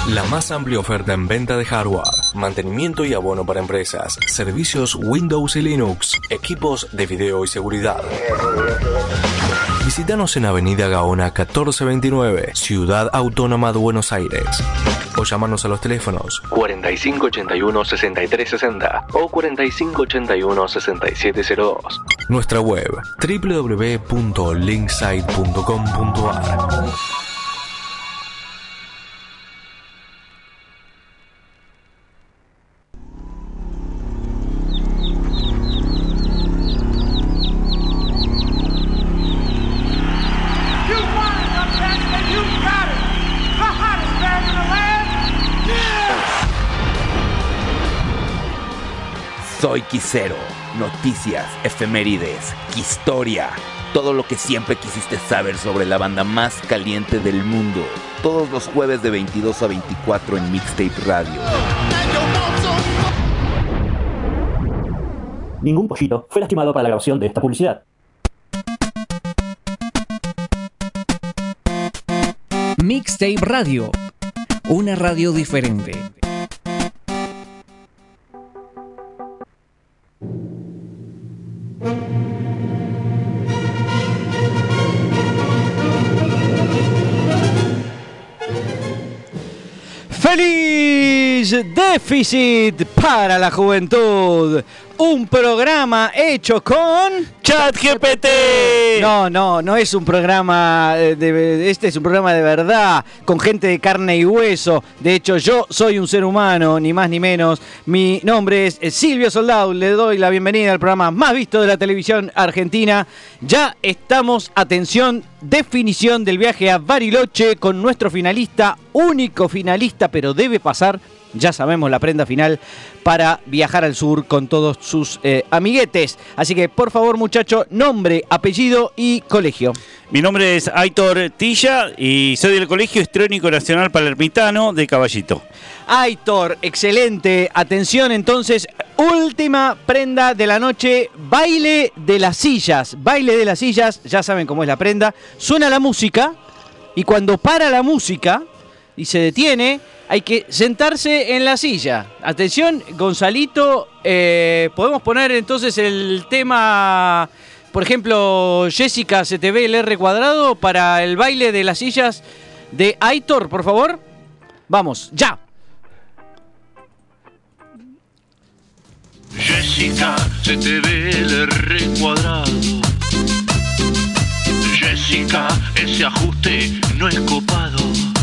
La más amplia oferta en venta de hardware, mantenimiento y abono para empresas, servicios Windows y Linux, equipos de video y seguridad. Visítanos en Avenida Gaona 1429, Ciudad Autónoma de Buenos Aires. O llámanos a los teléfonos 4581-6360 o 4581-6702. Nuestra web www.linksite.com.ar. Soy Quisero, noticias, efemérides, Quistoria, todo lo que siempre quisiste saber sobre la banda más caliente del mundo. Todos los jueves de 22 a 24 en Mixtape Radio. Ningún pollito fue lastimado para la grabación de esta publicidad. Mixtape Radio, una radio diferente. ¡Feliz déficit para la juventud! Un programa hecho con ChatGPT. No es un programa este es un programa de verdad, con gente de carne y hueso. De hecho, yo soy un ser humano, ni más ni menos. Mi nombre es Silvio Soldado. Le doy la bienvenida al programa más visto de la televisión argentina. Ya estamos, atención, definición del viaje a Bariloche con nuestro finalista, único finalista, pero debe pasar. Ya sabemos la prenda final para viajar al sur con todos sus amiguetes. Así que, por favor, muchacho, nombre, apellido y colegio. Mi nombre es Aitor Tilla y soy del Colegio Histriónico Nacional Palermitano de Caballito. Aitor, excelente. Atención, entonces, última prenda de la noche, baile de las sillas. Baile de las sillas, ya saben cómo es la prenda. Suena la música y cuando para la música y se detiene, hay que sentarse en la silla. Atención, Gonzalito, podemos poner entonces el tema, por ejemplo, Jessica, se te ve el R cuadrado para el baile de las sillas de Aitor, por favor. Vamos, ya. Jessica, se te ve el R cuadrado. Jessica, ese ajuste no es copado.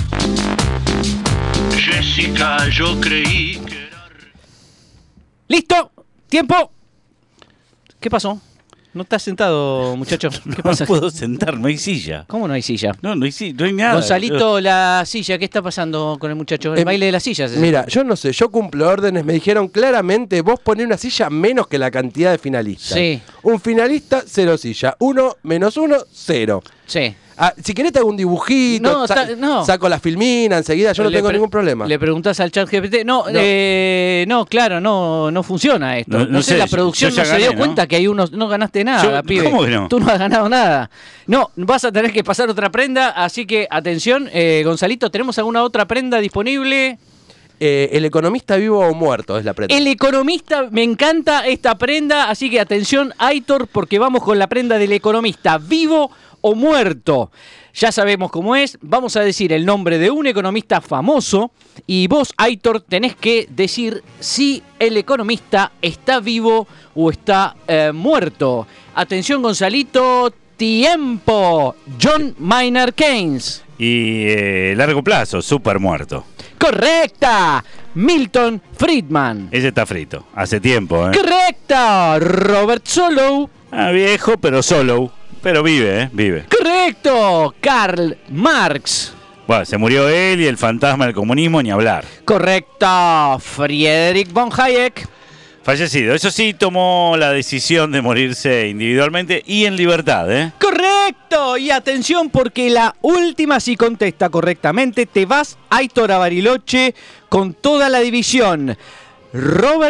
Jessica, yo creí que era... ¡Listo! ¡Tiempo! ¿Qué pasó? ¿No estás sentado, muchacho? ¿Qué pasa? No puedo sentar, no hay silla. ¿Cómo no hay silla? No hay nada. Gonzalito, la silla, ¿qué está pasando con el muchacho? El baile de las sillas. Mira, yo no sé, yo cumplo órdenes, me dijeron claramente, vos ponés una silla menos que la cantidad de finalistas. Sí. Un finalista, 0 silla. 1 menos 1, 0. Sí. Ah, si querés te hago un dibujito, saco la filmina enseguida, yo no tengo ningún problema. Le preguntás al ChatGPT, no, claro, no funciona esto. No sé, la producción no se dio cuenta que hay unos, no ganaste nada, pibe. ¿Cómo que no? Tú no has ganado nada. No, vas a tener que pasar otra prenda, así que atención, Gonzalito, ¿tenemos alguna otra prenda disponible? El economista vivo o muerto es la prenda. El economista, me encanta esta prenda, así que atención, Aitor, porque vamos con la prenda del economista vivo o muerto. Ya sabemos cómo es. Vamos a decir el nombre de un economista famoso y vos, Aitor, tenés que decir si el economista está vivo o está muerto. Atención, Gonzalito, tiempo. John Maynard Keynes. Y largo plazo, súper muerto. ¡Correcta! Milton Friedman. Ese está frito, hace tiempo, ¿eh? ¡Correcta! Robert Solow. Viejo, pero Solow. Pero vive, vive. ¡Correcto! Karl Marx. Bueno, se murió él y el fantasma del comunismo, ni hablar. Correcto. Friedrich von Hayek. Fallecido. Eso sí, tomó la decisión de morirse individualmente y en libertad, ¿eh? ¡Correcto! Y atención, porque la última, si contesta correctamente, te vas, Aitor, a Bariloche con toda la división. Robert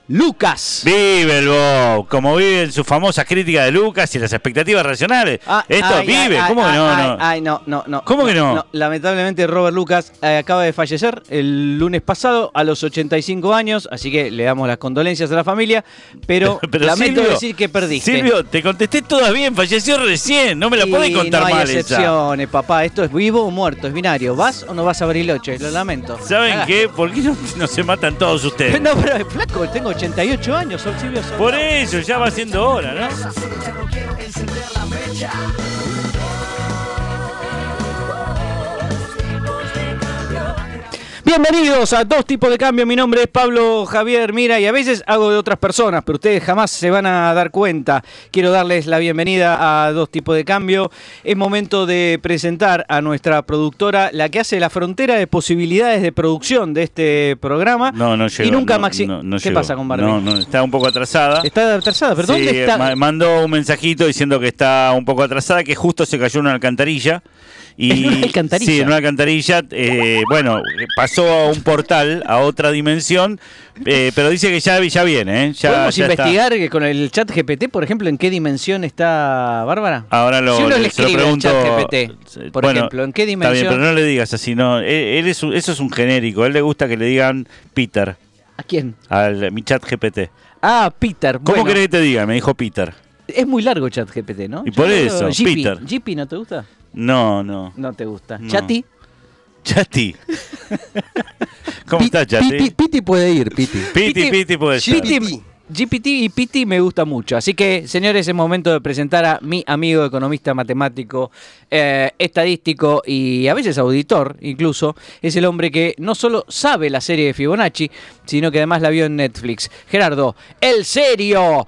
Lucas. Vive el Bob, como vive en sus famosas críticas de Lucas y las expectativas racionales. Vive, ¿cómo que no? No. ¿Cómo que no? Lamentablemente Robert Lucas acaba de fallecer el lunes pasado a los 85 años, así que le damos las condolencias a la familia, pero lamento Silvio, decir que perdiste. Silvio, te contesté todas bien, falleció recién, no me la podés contar no hay mal excepciones, papá, esto es vivo o muerto, es binario. ¿Vas o no vas a Bariloche? Lo lamento. ¿Saben qué? ¿Por qué no se matan todos ustedes? No, pero flaco, tengo 88 años, soy Silvio Soldado. Por eso, ya va siendo hora, ¿no? Bienvenidos a Dos Tipos de Cambio. Mi nombre es Pablo Javier Mira y a veces hago de otras personas, pero ustedes jamás se van a dar cuenta. Quiero darles la bienvenida a Dos Tipos de Cambio. Es momento de presentar a nuestra productora, la que hace la frontera de posibilidades de producción de este programa. No llegó. Y nunca no ¿Qué llegó. pasa con Barbie? No, está un poco atrasada. Está atrasada, pero Sí, ¿dónde está? Mandó un mensajito diciendo que está un poco atrasada, que justo se cayó en una alcantarilla. Y, ¿En una alcantarilla? Sí, en una alcantarilla. Bueno, pasó a un portal, a otra dimensión, pero dice que ya viene. ¿Podemos ya investigar con el chat GPT, por ejemplo, en qué dimensión está Bárbara? Ahora si uno le se lo escribe al pregunto. chat GPT, por ejemplo, ¿en qué dimensión? Está bien, pero no le digas así, no. Eso es un genérico. A él le gusta que le digan Peter. ¿A quién? Mi chat GPT. Ah, Peter. ¿Cómo querés que te diga? Me dijo Peter. Es muy largo chat GPT, ¿no? Y por eso, Peter. ¿Jippy no te gusta? No. No te gusta. No. ¿Chati? Chati. ¿Cómo estás, Chati? Piti puede ir, Piti. Piti puede ser. GPT y Piti me gusta mucho. Así que, señores, es momento de presentar a mi amigo economista matemático, estadístico y a veces auditor, incluso. Es el hombre que no solo sabe la serie de Fibonacci, sino que además la vio en Netflix. Gerardo, el serio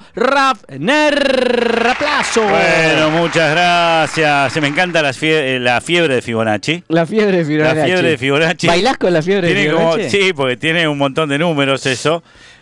Rafner Plazo. Bueno, muchas gracias. Se me encanta la fiebre de Fibonacci. La fiebre de Fibonacci. La fiebre de Fibonacci. ¿Bailás con la fiebre de Fibonacci? Sí, porque tiene un montón de números eso.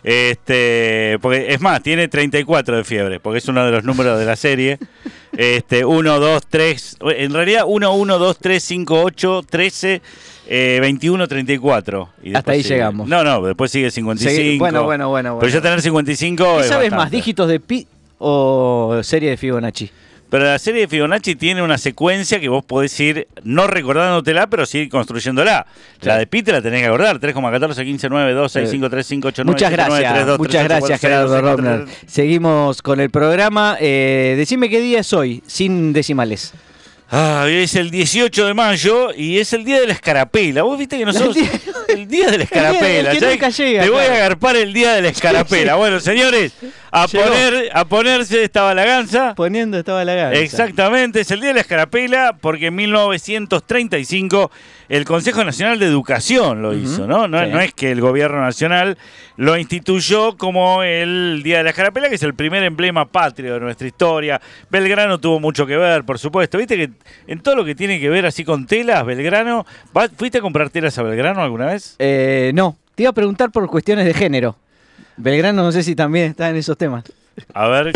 Porque es más, tiene 34 de fiebre, porque es uno de los números de la serie. 1, 2, 3, en realidad 1, 1, 2, 3, 5, 8, 13, 21, 34. Y hasta ahí sigue. llegamos. No, después sigue 55. Bueno. Pero ya tener 55 ¿Qué es sabes más, bastante. dígitos de pi o serie de Fibonacci? Pero la serie de Fibonacci tiene una secuencia que vos podés ir no recordándotela, pero sí construyéndola. Sí. La de pi te la tenés que acordar. 3,14, 15, 9, 2, 6, 5, 3, 5, 8, 9, Muchas 7, 9, 3, 2, muchas 3, 8, 4, gracias 6, 2, Gerardo 6, 4, Robner. 3. Seguimos con el programa. Decime qué día es hoy, sin decimales. Es el 18 de mayo y es el día de la escarapela. Vos viste que nosotros... El día de la escarapela. El que nunca llega, te voy claro. a agarpar el día de la escarapela. Sí. Bueno, señores, a ponerse esta balaganza. Poniendo esta balaganza. Exactamente, es el día de la escarapela porque en 1935 el Consejo Nacional de Educación lo hizo, ¿no? No, Sí. no es que el gobierno nacional lo instituyó como el día de la escarapela, que es el primer emblema patrio de nuestra historia. Belgrano tuvo mucho que ver, por supuesto. ¿Viste que en todo lo que tiene que ver así con telas, Belgrano... ¿Fuiste a comprar telas a Belgrano alguna vez? No, te iba a preguntar por cuestiones de género. Belgrano no sé si también está en esos temas. A ver...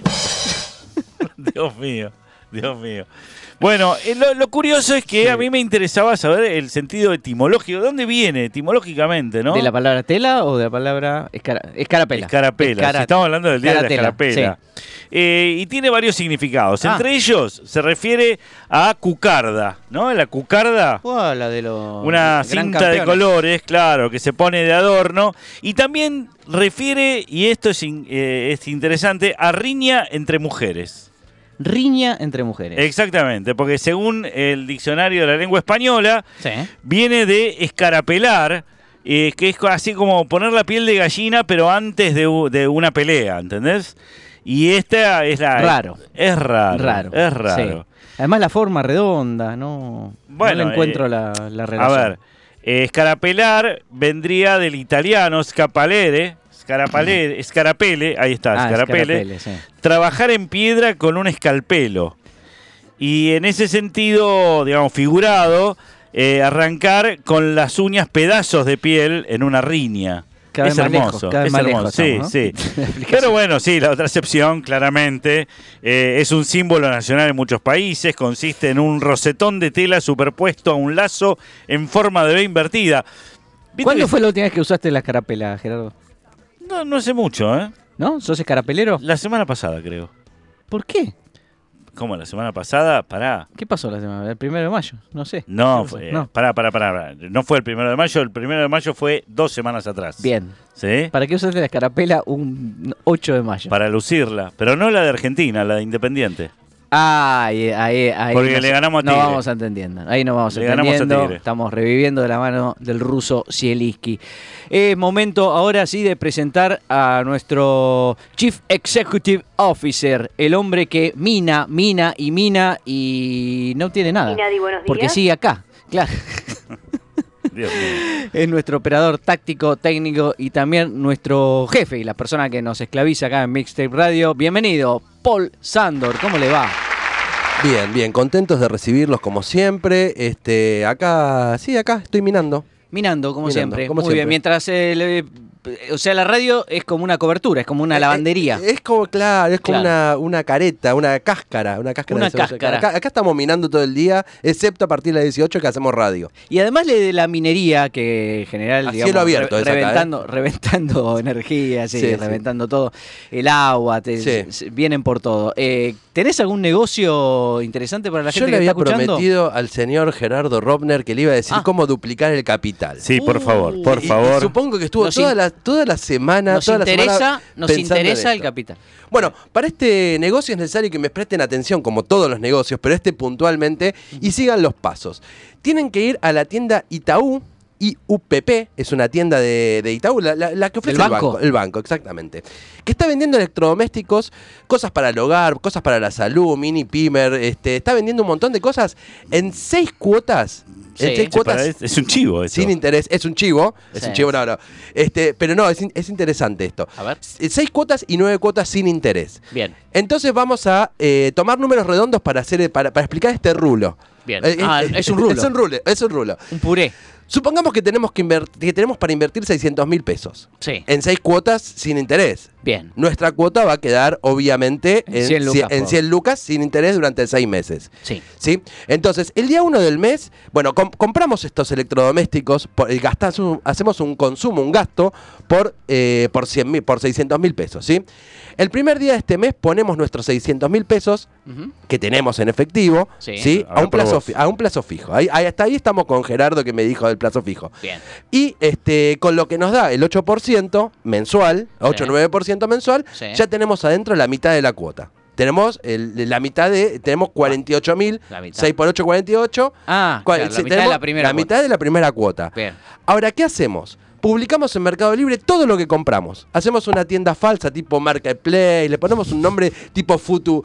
Dios mío. Bueno, lo curioso es que a mí me interesaba saber el sentido etimológico. ¿De dónde viene etimológicamente, no? ¿De la palabra tela o de la palabra escarapela? Escarapela. Si estamos hablando del día de la escarapela, escarapela. Y tiene varios significados. Entre ellos se refiere a cucarda, ¿no? La cucarda... La de los Una gran cinta de campeones. colores, claro, que se pone de adorno. Y también refiere, y esto es interesante, a riña entre mujeres. Riña entre mujeres. Exactamente, porque según el diccionario de la lengua española, Sí. viene de escarapelar, que es así como poner la piel de gallina, pero antes de una pelea, ¿entendés? Y esta es la... Raro. Es raro. Es raro. Sí. Además la forma redonda, no le encuentro la relación. A ver, escarapelar vendría del italiano scapalere, escarapele, ahí está, escarapele. Sí. Trabajar en piedra con un escalpelo. Y en ese sentido, digamos, figurado, arrancar con las uñas pedazos de piel en una riña. Cada Es vez más hermoso, lejos, cada vez es más hermoso, lejos sí, estamos, sí. ¿no? La explicación. Pero bueno, sí, la otra excepción, claramente, es un símbolo nacional en muchos países, consiste en un rosetón de tela superpuesto a un lazo en forma de B invertida. ¿Viste ¿Cuándo que- fue la última vez que usaste la escarapela, Gerardo? No hace mucho, ¿eh? ¿No? ¿Sos escarapelero? La semana pasada, creo. ¿Por qué? ¿Cómo? ¿La semana pasada? Pará. ¿Qué pasó la semana? ¿El 1 de mayo? No sé. No, ¿Qué pasó? pará. No fue el 1 de mayo. El 1 de mayo fue 2 semanas atrás. Bien. ¿Sí? ¿Para qué usaste la escarapela un 8 de mayo? Para lucirla. Pero no la de Argentina, la de Independiente. Ahí. Porque le ganamos a Tigre. No vamos entendiendo. Ahí no vamos Le ganamos a entendiendo. Tigre. Estamos reviviendo de la mano del ruso Zielinski. Es momento ahora sí de presentar a nuestro Chief Executive Officer, el hombre que mina y no obtiene nada. Minadi, buenos días. Porque sigue acá, claro. Dios mío. Es nuestro operador táctico, técnico y también nuestro jefe y la persona que nos esclaviza acá en Mixtape Radio. Bienvenido, Paul Sandor. ¿Cómo le va? Bien, contentos de recibirlos como siempre. Acá estoy minando. Minando, como siempre. como Muy siempre. bien, mientras o sea, la radio es como una cobertura, es como una lavandería. Es como, claro, es como Claro. una careta, una cáscara. Una Una de cebolla. cáscara. Acá estamos minando todo el día, excepto a partir de las 18 que hacemos radio. Y además de la minería, que en general, A digamos, cielo abierto es acá, reventando energía, Sí. reventando todo, el agua, vienen por todo. ¿Tenés algún negocio interesante para la Yo gente le que había está escuchando? prometido al señor Gerardo Robner que le iba a decir cómo duplicar el capital. Sí, por favor, Y favor. supongo que estuvo Nos toda la semana. Nos toda la semana nos pensando en interesa el esto. capital. Bueno, para este negocio es necesario que me presten atención, como todos los negocios, pero puntualmente, y sigan los pasos. Tienen que ir a la tienda Itaú. IUPP es una tienda de Itaú, la que ofrece ¿El banco? El banco, exactamente. Que está vendiendo electrodomésticos, cosas para el hogar, cosas para la salud, mini pimer, está vendiendo un montón de cosas en 6 cuotas. Sí. En 6 cuotas Es un chivo eso. sin interés. Es un chivo. Es Sí. un chivo, no. Pero no, es interesante esto. A ver. 6 cuotas y 9 cuotas sin interés. Bien. Entonces vamos a tomar números redondos para explicar este rulo. Bien. Es un rulo. Es un rulo. Un puré. Supongamos que tenemos para invertir 600.000 pesos. Sí. En 6 cuotas sin interés. Bien. Nuestra cuota va a quedar, obviamente, En 100 lucas, en 100 lucas sin interés durante 6 meses. Sí. ¿Sí? Entonces, el día 1 del mes, bueno, compramos estos electrodomésticos, hacemos un consumo, un gasto por 600.000 pesos. ¿Sí? El primer día de este mes ponemos nuestros 600.000 pesos Ujú. que tenemos en efectivo, Sí. ¿sí? Ahora por vos. A un plazo fijo. Hasta ahí estamos con Gerardo que me dijo del plazo fijo. Bien. Y con lo que nos da el 8% mensual, 8 o 9% mensual, Sí. ya tenemos adentro la mitad de la cuota. Tenemos tenemos 48.000, La mitad. 6 por 8, 48. Ah, Cua- claro, la sí, mitad de tenemos la primera La cuota. mitad de la primera cuota. Bien. Ahora, ¿qué hacemos? Publicamos en Mercado Libre todo lo que compramos. Hacemos una tienda falsa tipo Marketplace, le ponemos un nombre tipo Futu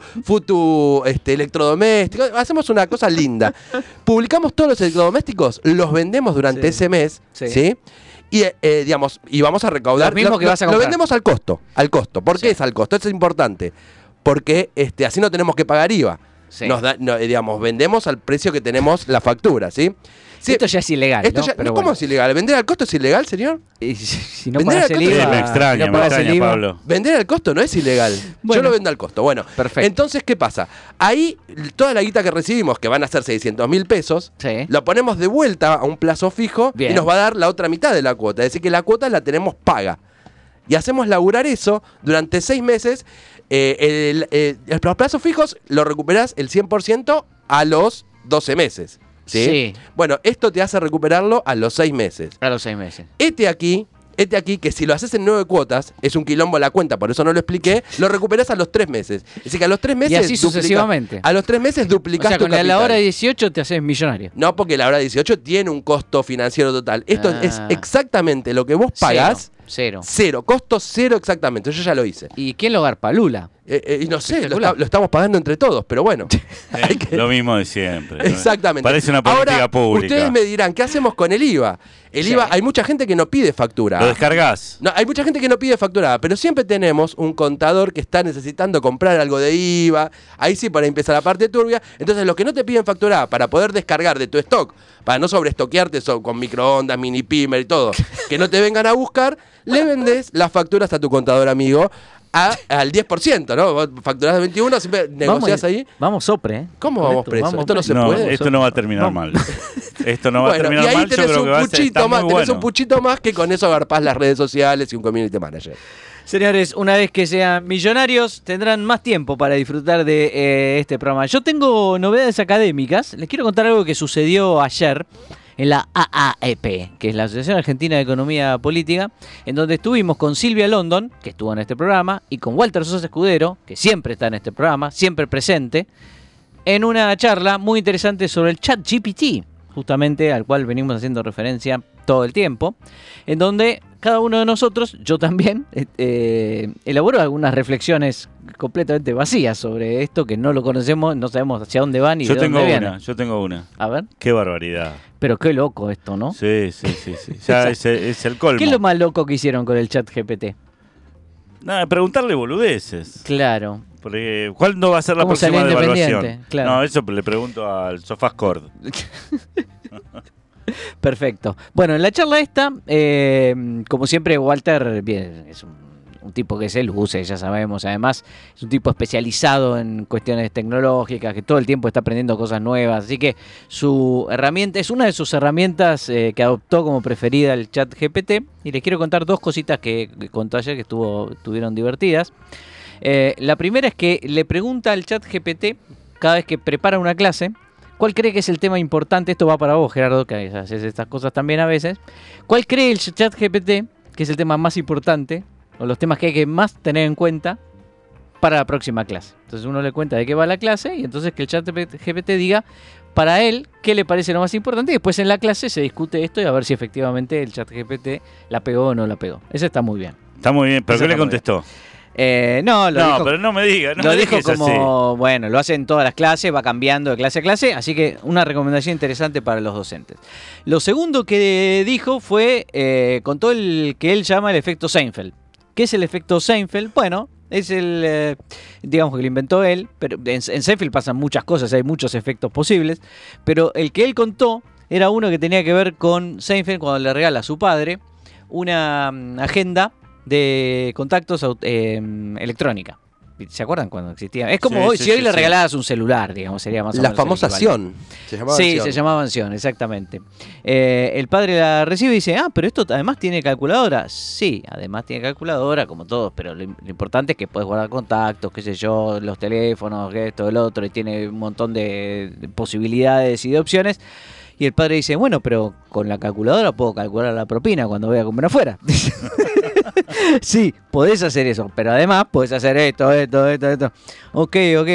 electrodoméstico. Hacemos una cosa linda. Publicamos todos los electrodomésticos, los vendemos durante Sí. ese mes, Sí. ¿sí? Y y vamos a recaudar. Lo mismo que vas a Lo comprar. vendemos al costo. ¿Por qué Sí. es al costo? Esto es importante. Porque así no tenemos que pagar IVA. Sí. Vendemos al precio que tenemos la factura, ¿sí? Sí, Esto ya es ilegal, esto ¿no? ya- Pero ¿Cómo bueno. es ilegal? ¿Vender al costo es ilegal, señor? Y si no Vender pagas el al costo- IVA... Me extraña, si no pagas el IVA, Pablo. Vender al costo no es ilegal. Bueno. Yo lo vendo al costo. Bueno, Perfecto. entonces, ¿qué pasa? Ahí, toda la guita que recibimos, que van a ser 600.000 pesos, Sí. lo ponemos de vuelta a un plazo fijo Bien. y nos va a dar la otra mitad de la cuota. Es decir, que la cuota la tenemos paga. Y hacemos laburar eso durante 6 meses. Los plazos fijos lo recuperás el 100% a los 12 meses. ¿Sí? Sí. Bueno, esto te hace recuperarlo a los 6 meses. A los 6 meses. Este aquí, que si lo haces en 9 cuotas, es un quilombo la cuenta, por eso no lo expliqué, lo recuperás a los 3 meses. Es decir, que a los 3 meses... Y así sucesivamente. A los 3 meses O duplicás sea, tu con la capital. hora de 18 te haces millonario. No, porque la hora 18 tiene un costo financiero total. Esto Ah. es exactamente lo que vos pagás. Cero. Cero, costo cero exactamente. Yo ya lo hice. ¿Y quién lo garpa? Lula. Y no sé, Espectacular. lo estamos pagando entre todos, pero bueno. Hay que- Lo mismo de siempre. ¿no? Exactamente. Parece una política Ahora, pública. Ustedes me dirán, ¿qué hacemos con el IVA? El Sí. IVA, hay mucha gente que no pide factura. Lo descargas. No, hay mucha gente que no pide facturada, pero siempre tenemos un contador que está necesitando comprar algo de IVA. Ahí sí, para empezar la parte turbia. Entonces, los que no te piden facturada para poder descargar de tu stock, para no sobreestoquearte con microondas, mini pimer y todo, que no te vengan a buscar, le vendes las facturas a tu contador amigo al 10%, ¿no? Vos facturás de 21, siempre negociás ahí. Vamos sopre, ¿eh? ¿Cómo Con vamos presos? Esto no se puede. Esto no va a terminar mal. Esto no va a terminar y ahí mal, yo tenés creo un que va a ser puchito más, muy tenés bueno. un puchito más que con eso agarpás las redes sociales y un community manager. Señores, una vez que sean millonarios, tendrán más tiempo para disfrutar de este programa. Yo tengo novedades académicas. Les quiero contar algo que sucedió ayer en la AAEP, que es la Asociación Argentina de Economía Política, en donde estuvimos con Silvia London, que estuvo en este programa, y con Walter Sosa Escudero, que siempre está en este programa, siempre presente, en una charla muy interesante sobre el ChatGPT, justamente al cual venimos haciendo referencia todo el tiempo, en donde cada uno de nosotros, yo también, elaboró algunas reflexiones completamente vacías sobre esto, que no lo conocemos, no sabemos hacia dónde van y Yo de tengo dónde una, vienen. yo tengo una. A ver, Qué barbaridad. pero qué loco esto, ¿no? Sí. Ya es el colmo. ¿Qué es lo más loco que hicieron con el chat GPT? Nada, preguntarle boludeces. Claro. Porque, ¿cuándo va a ser la ¿Cómo próxima salió devaluación? independiente? Claro. No, eso le pregunto al Sofascord. Perfecto. Bueno, en la charla esta, como siempre, Walter bien, es un tipo que se luce, ya sabemos. Además, es un tipo especializado en cuestiones tecnológicas, que todo el tiempo está aprendiendo cosas nuevas. Así que su herramienta es una de sus herramientas que adoptó como preferida el chat GPT. Y les quiero contar dos cositas que contó ayer que estuvieron divertidas. La primera es que le pregunta al chat GPT cada vez que prepara una clase, ¿cuál cree que es el tema importante? Esto va para vos, Gerardo, que haces estas cosas también a veces. ¿Cuál cree el chat GPT que es el tema más importante o los temas que hay que más tener en cuenta para la próxima clase? Entonces uno le cuenta de qué va la clase y entonces que el chat GPT diga para él qué le parece lo más importante y después en la clase se discute esto y a ver si efectivamente el chat GPT la pegó o no la pegó. Ese está muy bien. Está muy bien, pero Eso ¿qué le está muy contestó? No, lo dijo, pero no me diga. No lo me dijo dejes como, bueno, lo hace en todas las clases, va cambiando de clase a clase, así que una recomendación interesante para los docentes. Lo segundo que dijo fue, contó el que él llama el efecto Seinfeld. ¿Qué es el efecto Seinfeld? Bueno, es digamos que lo inventó él, pero en Seinfeld pasan muchas cosas, hay muchos efectos posibles, pero el que él contó era uno que tenía que ver con Seinfeld cuando le regala a su padre una agenda de contactos electrónica. ¿Se acuerdan cuando existía? Es como hoy, si hoy le regalaras un celular, digamos, sería más o menos La famosa el equivalente. Sion. Se llamaba Sí, Sion. se llamaba Sion, exactamente. El padre la recibe y dice, pero esto además tiene calculadora. Sí, además tiene calculadora, como todos, pero lo importante es que puedes guardar contactos, qué sé yo, los teléfonos, esto, el otro, y tiene un montón de posibilidades y de opciones. Y el padre dice, bueno, pero con la calculadora puedo calcular la propina cuando voy a comer afuera. Sí, podés hacer eso, pero además podés hacer esto. Ok.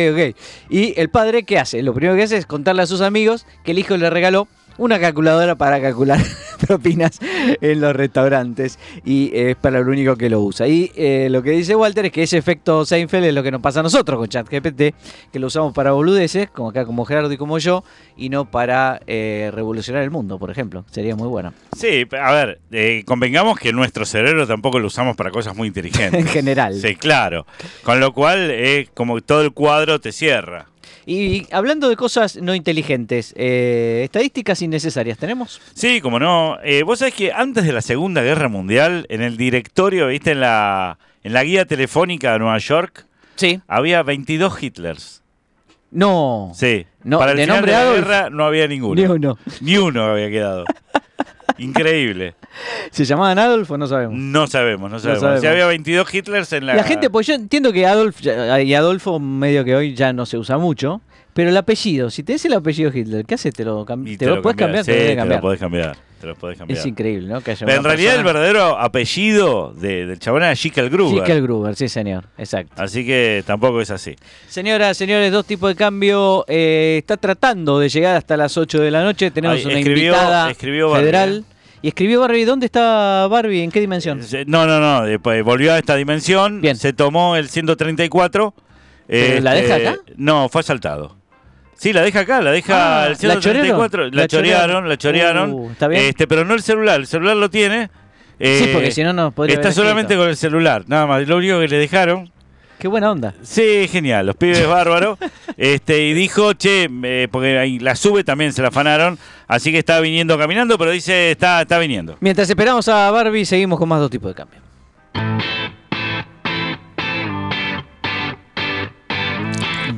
Y el padre, ¿qué hace? Lo primero que hace es contarle a sus amigos que el hijo le regaló una calculadora para calcular propinas en los restaurantes y es para lo único que lo usa. Y lo que dice Walter es que ese efecto Seinfeld es lo que nos pasa a nosotros con ChatGPT, que lo usamos para boludeces, como acá como Gerardo y como yo, y no para revolucionar el mundo, por ejemplo. Sería muy bueno. Sí, a ver, convengamos que nuestro cerebro tampoco lo usamos para cosas muy inteligentes. En general. Sí, claro. Con lo cual, como todo el cuadro te cierra. Y hablando de cosas no inteligentes, estadísticas innecesarias, ¿tenemos? Sí, como no. Vos sabés que antes de la Segunda Guerra Mundial, en el directorio, viste, en la guía telefónica de Nueva York, Sí. había 22 Hitlers. No. Sí. No, Para el de final nombre de la Adolf. guerra no había ninguno. Ni uno. Ni uno había quedado. Increíble. ¿Se llamaban Adolf o no sabemos? No sabemos. sabemos. Si había 22 Hitlers en la... La gente, pues yo entiendo que Adolfo medio que hoy ya no se usa mucho, pero el apellido, si tenés el apellido Hitler, ¿qué haces? ¿Te lo puedes cambiar? Sí, Te lo debes te cambiar. lo podés cambiar. Es increíble, ¿no? Que haya Pero en una realidad el persona- verdadero apellido del chabón era Schickel Gruber. Schickel Gruber, sí señor, exacto. Así que tampoco es así. Señoras, señores, dos tipos de cambio. Está tratando de llegar hasta las 8 de la noche. Tenemos Ay, una escribió invitada Barbie, federal. Y escribió Barbie. ¿Dónde está Barbie? ¿En qué dimensión? No. Después volvió a esta dimensión. Bien. Se tomó el 134. ¿Pero la deja acá? No, fue asaltado. Sí, la deja acá, la deja el ¿la 134. La chorearon. ¿Está bien? Pero no el celular lo tiene. Sí, porque si no, no podría Está haber solamente escrito. con el celular, nada más. Lo único que le dejaron. Qué buena onda. Sí, genial, los pibes bárbaros. Y dijo, porque ahí la sube también se la afanaron, así que está viniendo caminando, pero dice, está viniendo. Mientras esperamos a Barbie, seguimos con más dos tipos de cambio.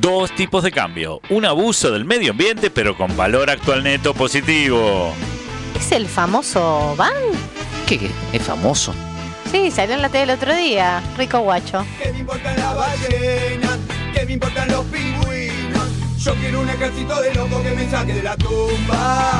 Dos tipos de cambio. Un abuso del medio ambiente, pero con valor actual neto positivo. ¿Es el famoso Van? ¿Qué? ¿Es famoso? Sí, salió en la tele el otro día. Rico guacho. ¿Qué me importan las ballenas? ¿Qué me importan los pingüinos? Yo quiero un ejército de locos que me saque de la tumba.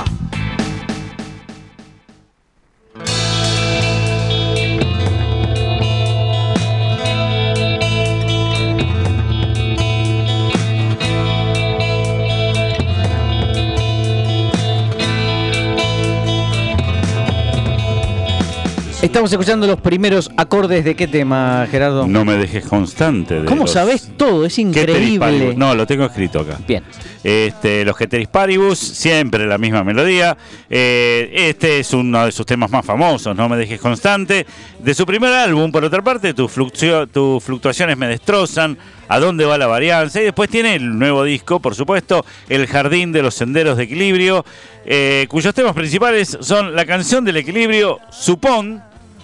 Estamos escuchando los primeros acordes de qué tema, Gerardo. No me dejes constante. ¿Cómo sabés todo? Es increíble. No, lo tengo escrito acá. Bien. Los Ceteris Paribus, siempre la misma melodía. Este es uno de sus temas más famosos, No me dejes constante. De su primer álbum, por otra parte, tus fluctuaciones me destrozan. ¿A dónde va la varianza? Y después tiene el nuevo disco, por supuesto, El jardín de los senderos de equilibrio, cuyos temas principales son la canción del equilibrio, Supón.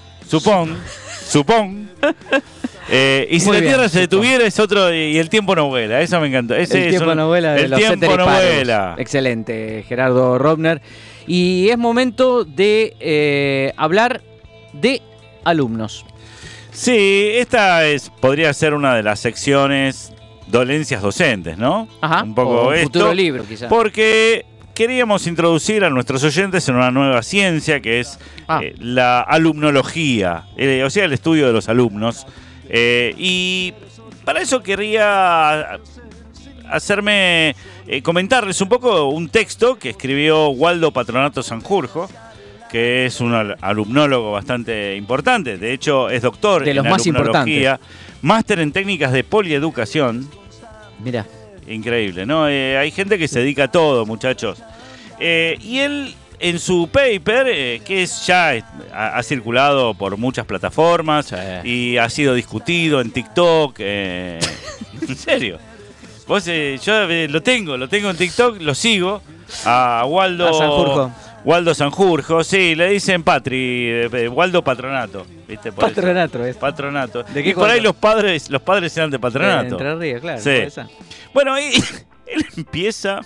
Y si Muy la bien, tierra se detuviera es otro, y el tiempo no vuela, eso me encantó. El tiempo no vuela de el los tiempo Ceteris no Paribus. vuela. Excelente, Gerardo Robner. Y es momento de hablar de alumnos. Sí, esta podría ser una de las secciones dolencias docentes, ¿no? Ajá, un poco o un esto, futuro libro, quizás. Porque queríamos introducir a nuestros oyentes en una nueva ciencia que es la alumnología, o sea, el estudio de los alumnos. Y para eso quería comentarles un poco un texto que escribió Waldo Patronato Sanjurjo, que es un alumnólogo bastante importante. De hecho, es doctor de los en más alumnología, máster en técnicas de polieducación. Mira. Increíble, ¿no? Hay gente que se dedica a todo, muchachos. Y él, en su paper, que ha circulado por muchas plataformas y ha sido discutido en TikTok. En serio. Yo lo tengo en TikTok, lo sigo. A Waldo. A Sanjurjo. Waldo Sanjurjo, sí, le dicen Waldo Patronato, ¿viste? Por Patronato eso. Patronato. ¿De qué y por ahí los padres eran de Patronato. Entre Ríos, claro. Sí. Bueno, y él empieza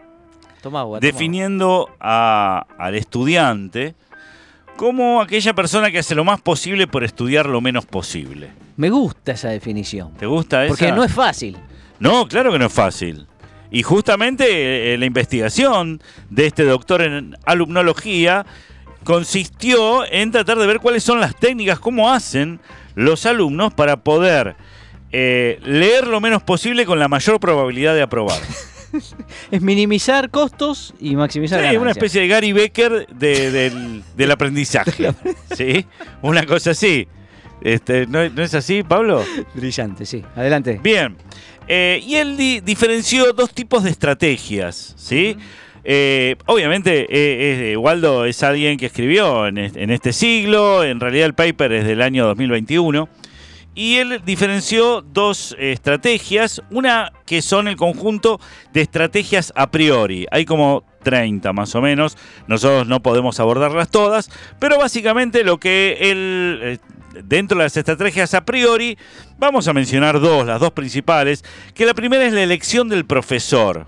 definiendo al estudiante como aquella persona que hace lo más posible por estudiar lo menos posible. Me gusta esa definición. ¿Te gusta esa? Porque no es fácil. No, claro que no es fácil. Y justamente la investigación de este doctor en alumnología consistió en tratar de ver cuáles son las técnicas, cómo hacen los alumnos para poder leer lo menos posible con la mayor probabilidad de aprobar. Es minimizar costos y maximizar ganancias. Una especie de Gary Becker del aprendizaje. ¿Sí? Una cosa así. ¿No es así, Pablo? Brillante, sí. Adelante. Bien. Y él diferenció dos tipos de estrategias, ¿sí? Obviamente, Waldo es alguien que escribió en este siglo, en realidad el paper es del año 2021, y él diferenció dos estrategias, una que son el conjunto de estrategias a priori, hay como 30 más o menos, nosotros no podemos abordarlas todas, pero básicamente lo que él... Dentro de las estrategias a priori, vamos a mencionar las dos principales, que la primera es la elección del profesor.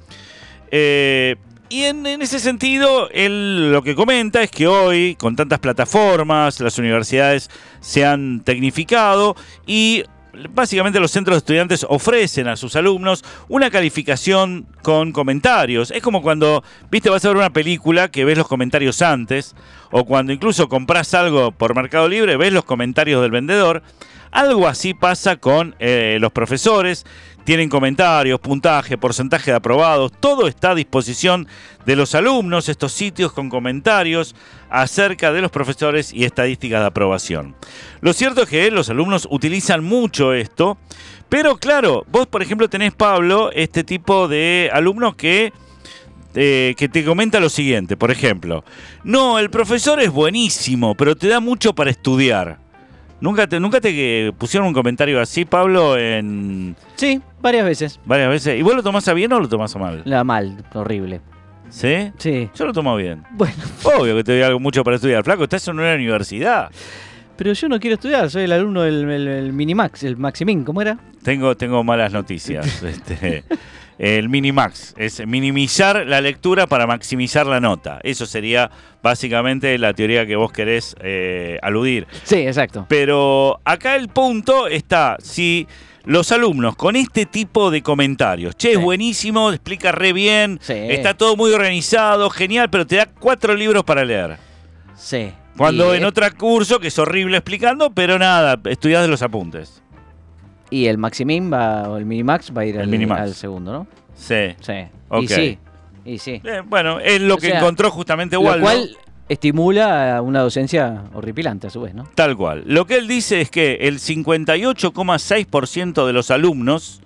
Y en ese sentido, él lo que comenta es que hoy, con tantas plataformas, las universidades se han tecnificado y básicamente los centros de estudiantes ofrecen a sus alumnos una calificación con comentarios. Es como cuando, vas a ver una película que ves los comentarios antes, o cuando incluso compras algo por Mercado Libre, ves los comentarios del vendedor. Algo así pasa con los profesores. Tienen comentarios, puntaje, porcentaje de aprobados. Todo está a disposición de los alumnos, estos sitios con comentarios acerca de los profesores y estadísticas de aprobación. Lo cierto es que los alumnos utilizan mucho esto, pero claro, vos por ejemplo tenés, Pablo, este tipo de alumnos que te comenta lo siguiente, por ejemplo: no, el profesor es buenísimo, pero te da mucho para estudiar. ¿Nunca te pusieron un comentario así, Pablo? Sí, varias veces. Varias veces. ¿Y vos lo tomás a bien o lo tomás a mal? Mal, horrible. ¿Sí? Sí. Yo lo tomo bien. Bueno. Obvio que te doy algo mucho para estudiar. Flaco, estás en una universidad. Pero yo no quiero estudiar, soy el alumno del Minimax, el Maximin, ¿cómo era? Tengo malas noticias. El Minimax es minimizar la lectura para maximizar la nota. Eso sería básicamente la teoría que vos querés aludir. Sí, exacto. Pero acá el punto está, si los alumnos con este tipo de comentarios, che, es buenísimo, explica re bien, está todo muy organizado, genial, pero te da 4 libros para leer. Sí. Cuando en otro curso, que es horrible explicando, pero nada, estudiás de los apuntes. Y el Maximin o el Minimax va a ir al segundo, ¿no? Sí. Sí. Okay. Y sí. Bueno, es lo que encontró justamente Waldo. Lo cual estimula una docencia horripilante a su vez, ¿no? Tal cual. Lo que él dice es que el 58,6% de los alumnos,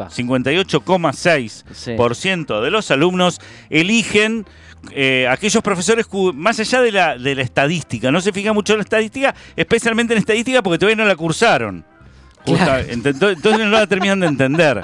58,6% de los alumnos eligen aquellos profesores más allá de la estadística. No se fija mucho en la estadística, especialmente en estadística porque todavía no la cursaron. Claro. Entonces no la terminan de entender.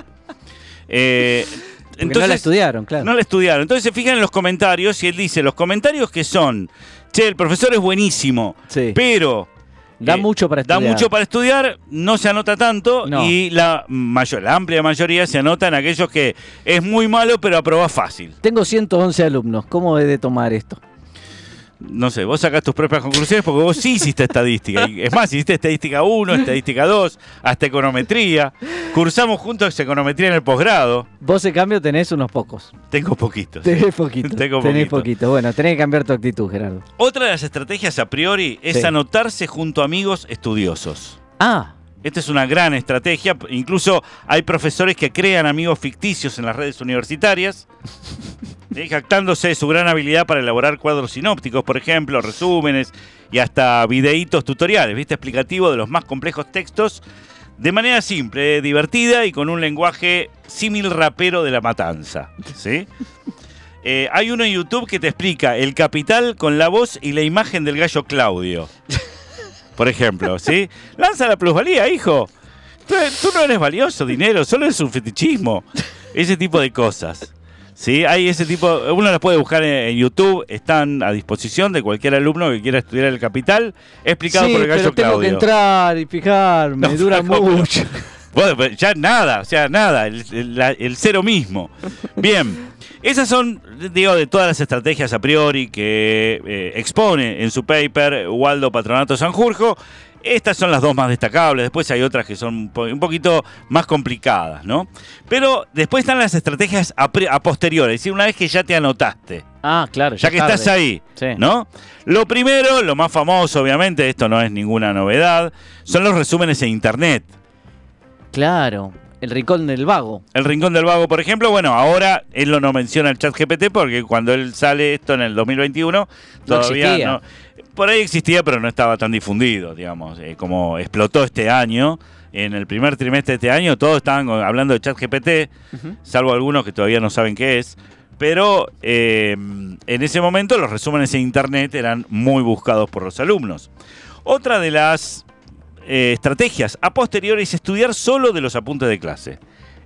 Entonces, no la estudiaron, claro. No la estudiaron. Entonces se fijan en los comentarios y él dice, los comentarios que son, che, el profesor es buenísimo, pero da mucho para estudiar, no se anota tanto, y la amplia mayoría se anota en aquellos que es muy malo, pero aprobás fácil. Tengo 111 alumnos, ¿cómo he de tomar esto? No sé, vos sacás tus propias conclusiones porque vos sí hiciste estadística. Es más, hiciste estadística 1, estadística 2, hasta econometría. Cursamos juntos econometría en el posgrado. Vos, en cambio, tenés unos pocos. Tengo poquitos. Tenés poquito. Bueno, tenés que cambiar tu actitud, Gerardo. Otra de las estrategias a priori es anotarse junto a amigos estudiosos. Esta es una gran estrategia. Incluso hay profesores que crean amigos ficticios en las redes universitarias, jactándose de su gran habilidad para elaborar cuadros sinópticos, por ejemplo, resúmenes y hasta videitos tutoriales, explicativo de los más complejos textos, de manera simple, divertida y con un lenguaje símil rapero de La Matanza. ¿Sí? Hay uno en YouTube que te explica El Capital con la voz y la imagen del gallo Claudio. Por ejemplo, ¿sí? Lanza la plusvalía, hijo. Tú no eres valioso, dinero, solo es un fetichismo. Ese tipo de cosas. ¿Sí? Hay ese tipo, uno las puede buscar en YouTube, están a disposición de cualquier alumno que quiera estudiar El Capital, explicado por el gallo Claudio. Tengo que entrar y fijarme, dura mucho. Bueno, ya nada, el cero mismo. Bien, esas son, de todas las estrategias a priori que expone en su paper Waldo Patronato Sanjurjo. Estas son las dos más destacables. Después hay otras que son un poquito más complicadas, ¿no? Pero después están las estrategias a posteriori, es decir, una vez que ya te anotaste. Claro. Ya que estás ahí, ¿no? Lo primero, lo más famoso, obviamente, esto no es ninguna novedad, son los resúmenes en Internet. Claro. El Rincón del Vago. El Rincón del Vago, por ejemplo, bueno, ahora él no menciona el ChatGPT porque cuando él sale esto en el 2021, todavía no. Por ahí existía, pero no estaba tan difundido, digamos. Como explotó este año, en el primer trimestre de este año, todos estaban hablando de ChatGPT, salvo algunos que todavía no saben qué es. Pero en ese momento los resúmenes en Internet eran muy buscados por los alumnos. Otra de las estrategias a posteriori es estudiar solo de los apuntes de clase.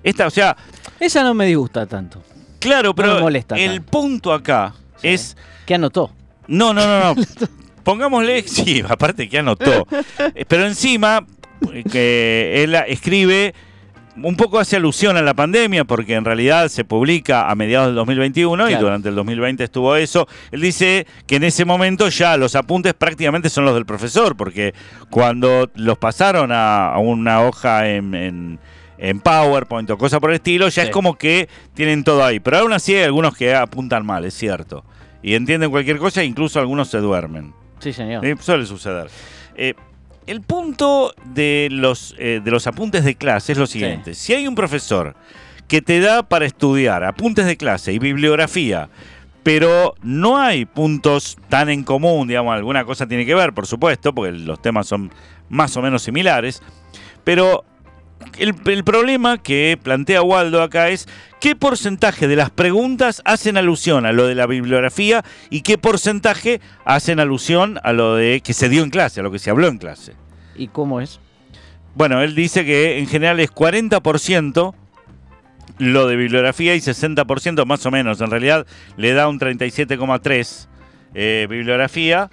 Esa no me disgusta tanto. Claro, pero no me molesta el punto acá es... ¿Qué anotó? No. Pongámosle, sí, aparte que anotó. Pero encima, que él escribe, un poco hace alusión a la pandemia, porque en realidad se publica a mediados del 2021 y durante el 2020 estuvo eso. Él dice que en ese momento ya los apuntes prácticamente son los del profesor, porque cuando los pasaron a una hoja en PowerPoint o cosa por el estilo, ya es como que tienen todo ahí. Pero aún así hay algunos que apuntan mal, es cierto. Y entienden cualquier cosa e incluso algunos se duermen. Sí, señor. Suele suceder. El punto de los apuntes de clase es lo siguiente. Si hay un profesor que te da para estudiar apuntes de clase y bibliografía, pero no hay puntos tan en común, digamos, alguna cosa tiene que ver, por supuesto, porque los temas son más o menos similares, pero el problema que plantea Waldo acá es qué porcentaje de las preguntas hacen alusión a lo de la bibliografía y qué porcentaje hacen alusión a lo de que se dio en clase, a lo que se habló en clase. ¿Y cómo es? Bueno, él dice que en general es 40% lo de bibliografía y 60% más o menos. En realidad le da un 37,3% bibliografía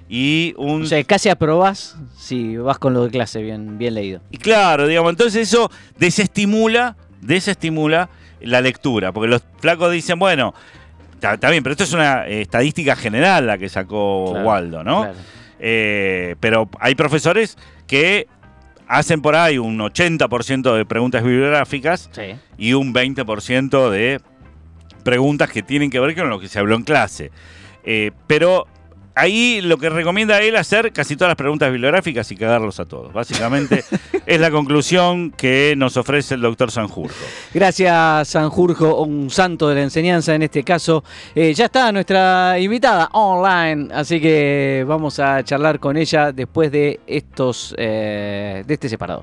y un... O sea, casi aprobás si vas con lo de clase bien leído. Y claro, digamos, entonces eso desestimula la lectura, porque los flacos dicen, bueno, está bien, pero esto es una estadística general la que sacó Waldo, ¿no? Claro. Pero hay profesores que hacen por ahí un 80% de preguntas bibliográficas y un 20% de preguntas que tienen que ver con lo que se habló en clase. Pero ahí lo que recomienda él hacer casi todas las preguntas bibliográficas y cagarlos a todos. Básicamente es la conclusión que nos ofrece el doctor Sanjurjo. Gracias, Sanjurjo, un santo de la enseñanza en este caso. Ya está nuestra invitada online, así que vamos a charlar con ella después de de este separador.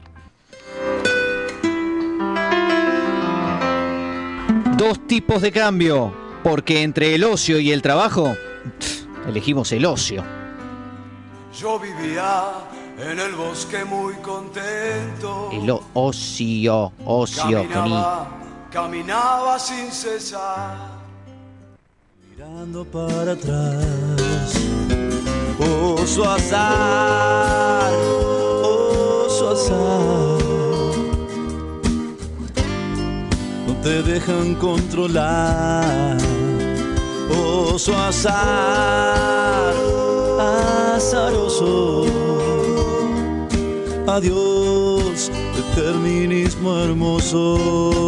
Dos tipos de cambio, porque entre el ocio y el trabajo, elegimos el ocio. Yo vivía en el bosque muy contento. El ocio, con I. Caminaba sin cesar, mirando para atrás. Oso azar, oso azar. No te dejan controlar. Oso azar, azaroso. Adiós, determinismo hermoso.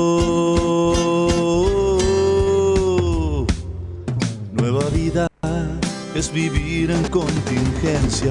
Nueva vida es vivir en contingencia.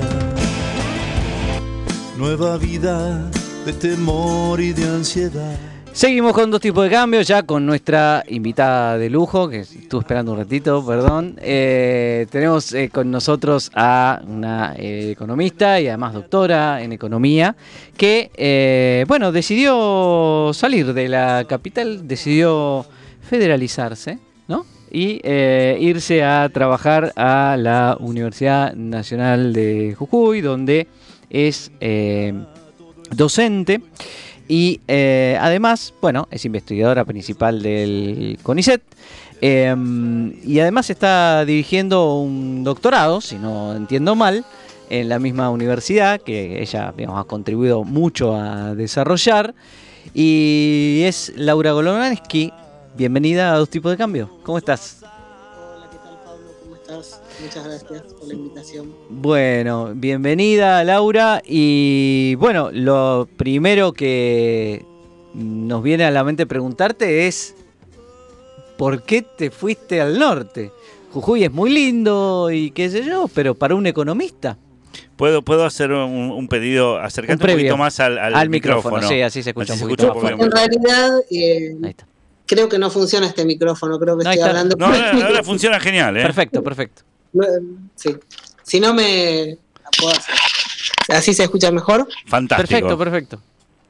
Nueva vida de temor y de ansiedad. Seguimos con dos tipos de cambios, ya con nuestra invitada de lujo, que estuve esperando un ratito, perdón. Tenemos con nosotros a una economista y además doctora en economía, que, decidió salir de la capital, decidió federalizarse, ¿no? Y irse a trabajar a la Universidad Nacional de Jujuy, donde es docente. Y además, es investigadora principal del CONICET y además está dirigiendo un doctorado, si no entiendo mal, en la misma universidad que ella ha contribuido mucho a desarrollar. Y es Laura Golovansky. Bienvenida a Dos Tipos de Cambio. ¿Cómo estás? Hola, ¿qué tal, Pablo? ¿Cómo estás? Muchas gracias por la invitación. Bueno, bienvenida, Laura. Y bueno, lo primero que nos viene a la mente preguntarte es ¿por qué te fuiste al norte? Jujuy es muy lindo y qué sé yo, pero para un economista. ¿Puedo hacer un pedido? Acercarte un poquito más al micrófono. Sí, así se escucha un poquito más fuerte. En realidad, creo que no funciona este micrófono. Creo que estoy hablando. No, ahora funciona genial, ¿eh? Perfecto. Sí. Si no me puedo hacer. ¿Así se escucha mejor? Fantástico. Perfecto.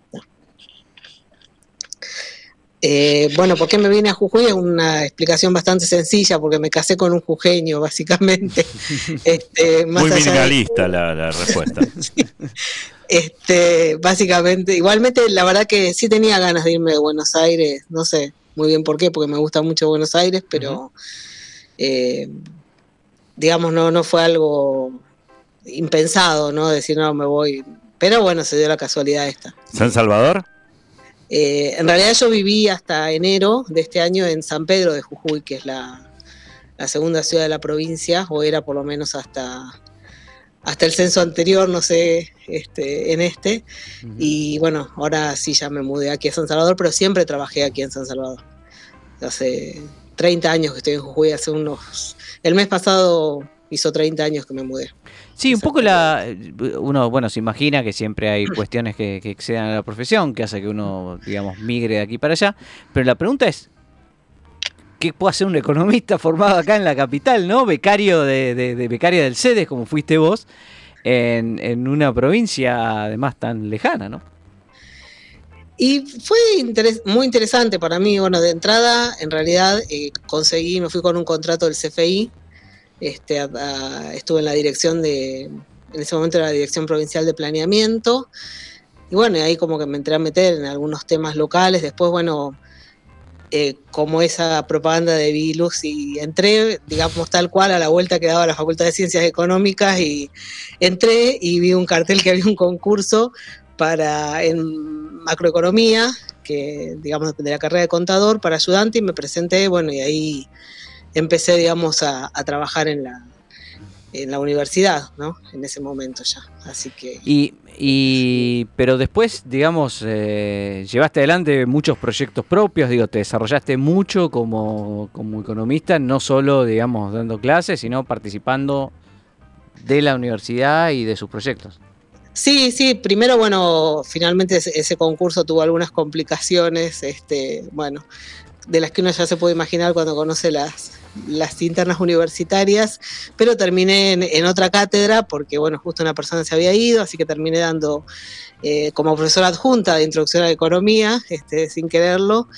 ¿Por qué me vine a Jujuy? Es una explicación bastante sencilla, porque me casé con un jujeño, básicamente. Muy minimalista la respuesta. Sí. Básicamente, igualmente, la verdad que sí tenía ganas de irme de Buenos Aires, no sé muy bien por qué, porque me gusta mucho Buenos Aires, pero digamos, no fue algo impensado, ¿no? Decir, no, me voy. Pero bueno, se dio la casualidad esta. ¿San Salvador? En realidad yo viví hasta enero de este año en San Pedro de Jujuy, que es la segunda ciudad de la provincia, o era por lo menos hasta el censo anterior, no sé, y bueno, ahora sí ya me mudé aquí a San Salvador, pero siempre trabajé aquí en San Salvador. Hace 30 años que estoy en Jujuy, el mes pasado hizo 30 años que me mudé. Sí, un poco uno se imagina que siempre hay cuestiones que excedan a la profesión, que hace que uno, digamos, migre de aquí para allá, pero la pregunta es, ¿qué puede hacer un economista formado acá en la capital, ¿no? Becaria del CEDES, como fuiste vos, en una provincia además tan lejana, ¿no? Y fue muy interesante para mí. Bueno, de entrada, en realidad, me fui con un contrato del CFI, estuve en la dirección en ese momento era la Dirección Provincial de Planeamiento, y bueno, ahí como que me entré a meter en algunos temas locales. Después, bueno, como esa propaganda de Vilus, y entré, digamos, tal cual a la vuelta que daba la Facultad de Ciencias Económicas, y entré y vi un cartel que había un concurso en macroeconomía, que digamos de la carrera de contador, para ayudante, y me presenté, bueno, y ahí empecé, digamos, a trabajar en la universidad, ¿no? En ese momento ya, así que... Pero después, digamos, llevaste adelante muchos proyectos propios, digo, te desarrollaste mucho como economista, no solo, digamos, dando clases, sino participando de la universidad y de sus proyectos. Sí, primero, bueno, finalmente ese concurso tuvo algunas complicaciones, bueno, de las que uno ya se puede imaginar cuando conoce las internas universitarias, pero terminé en otra cátedra porque, bueno, justo una persona se había ido, así que terminé dando como profesora adjunta de Introducción a la Economía, sin quererlo,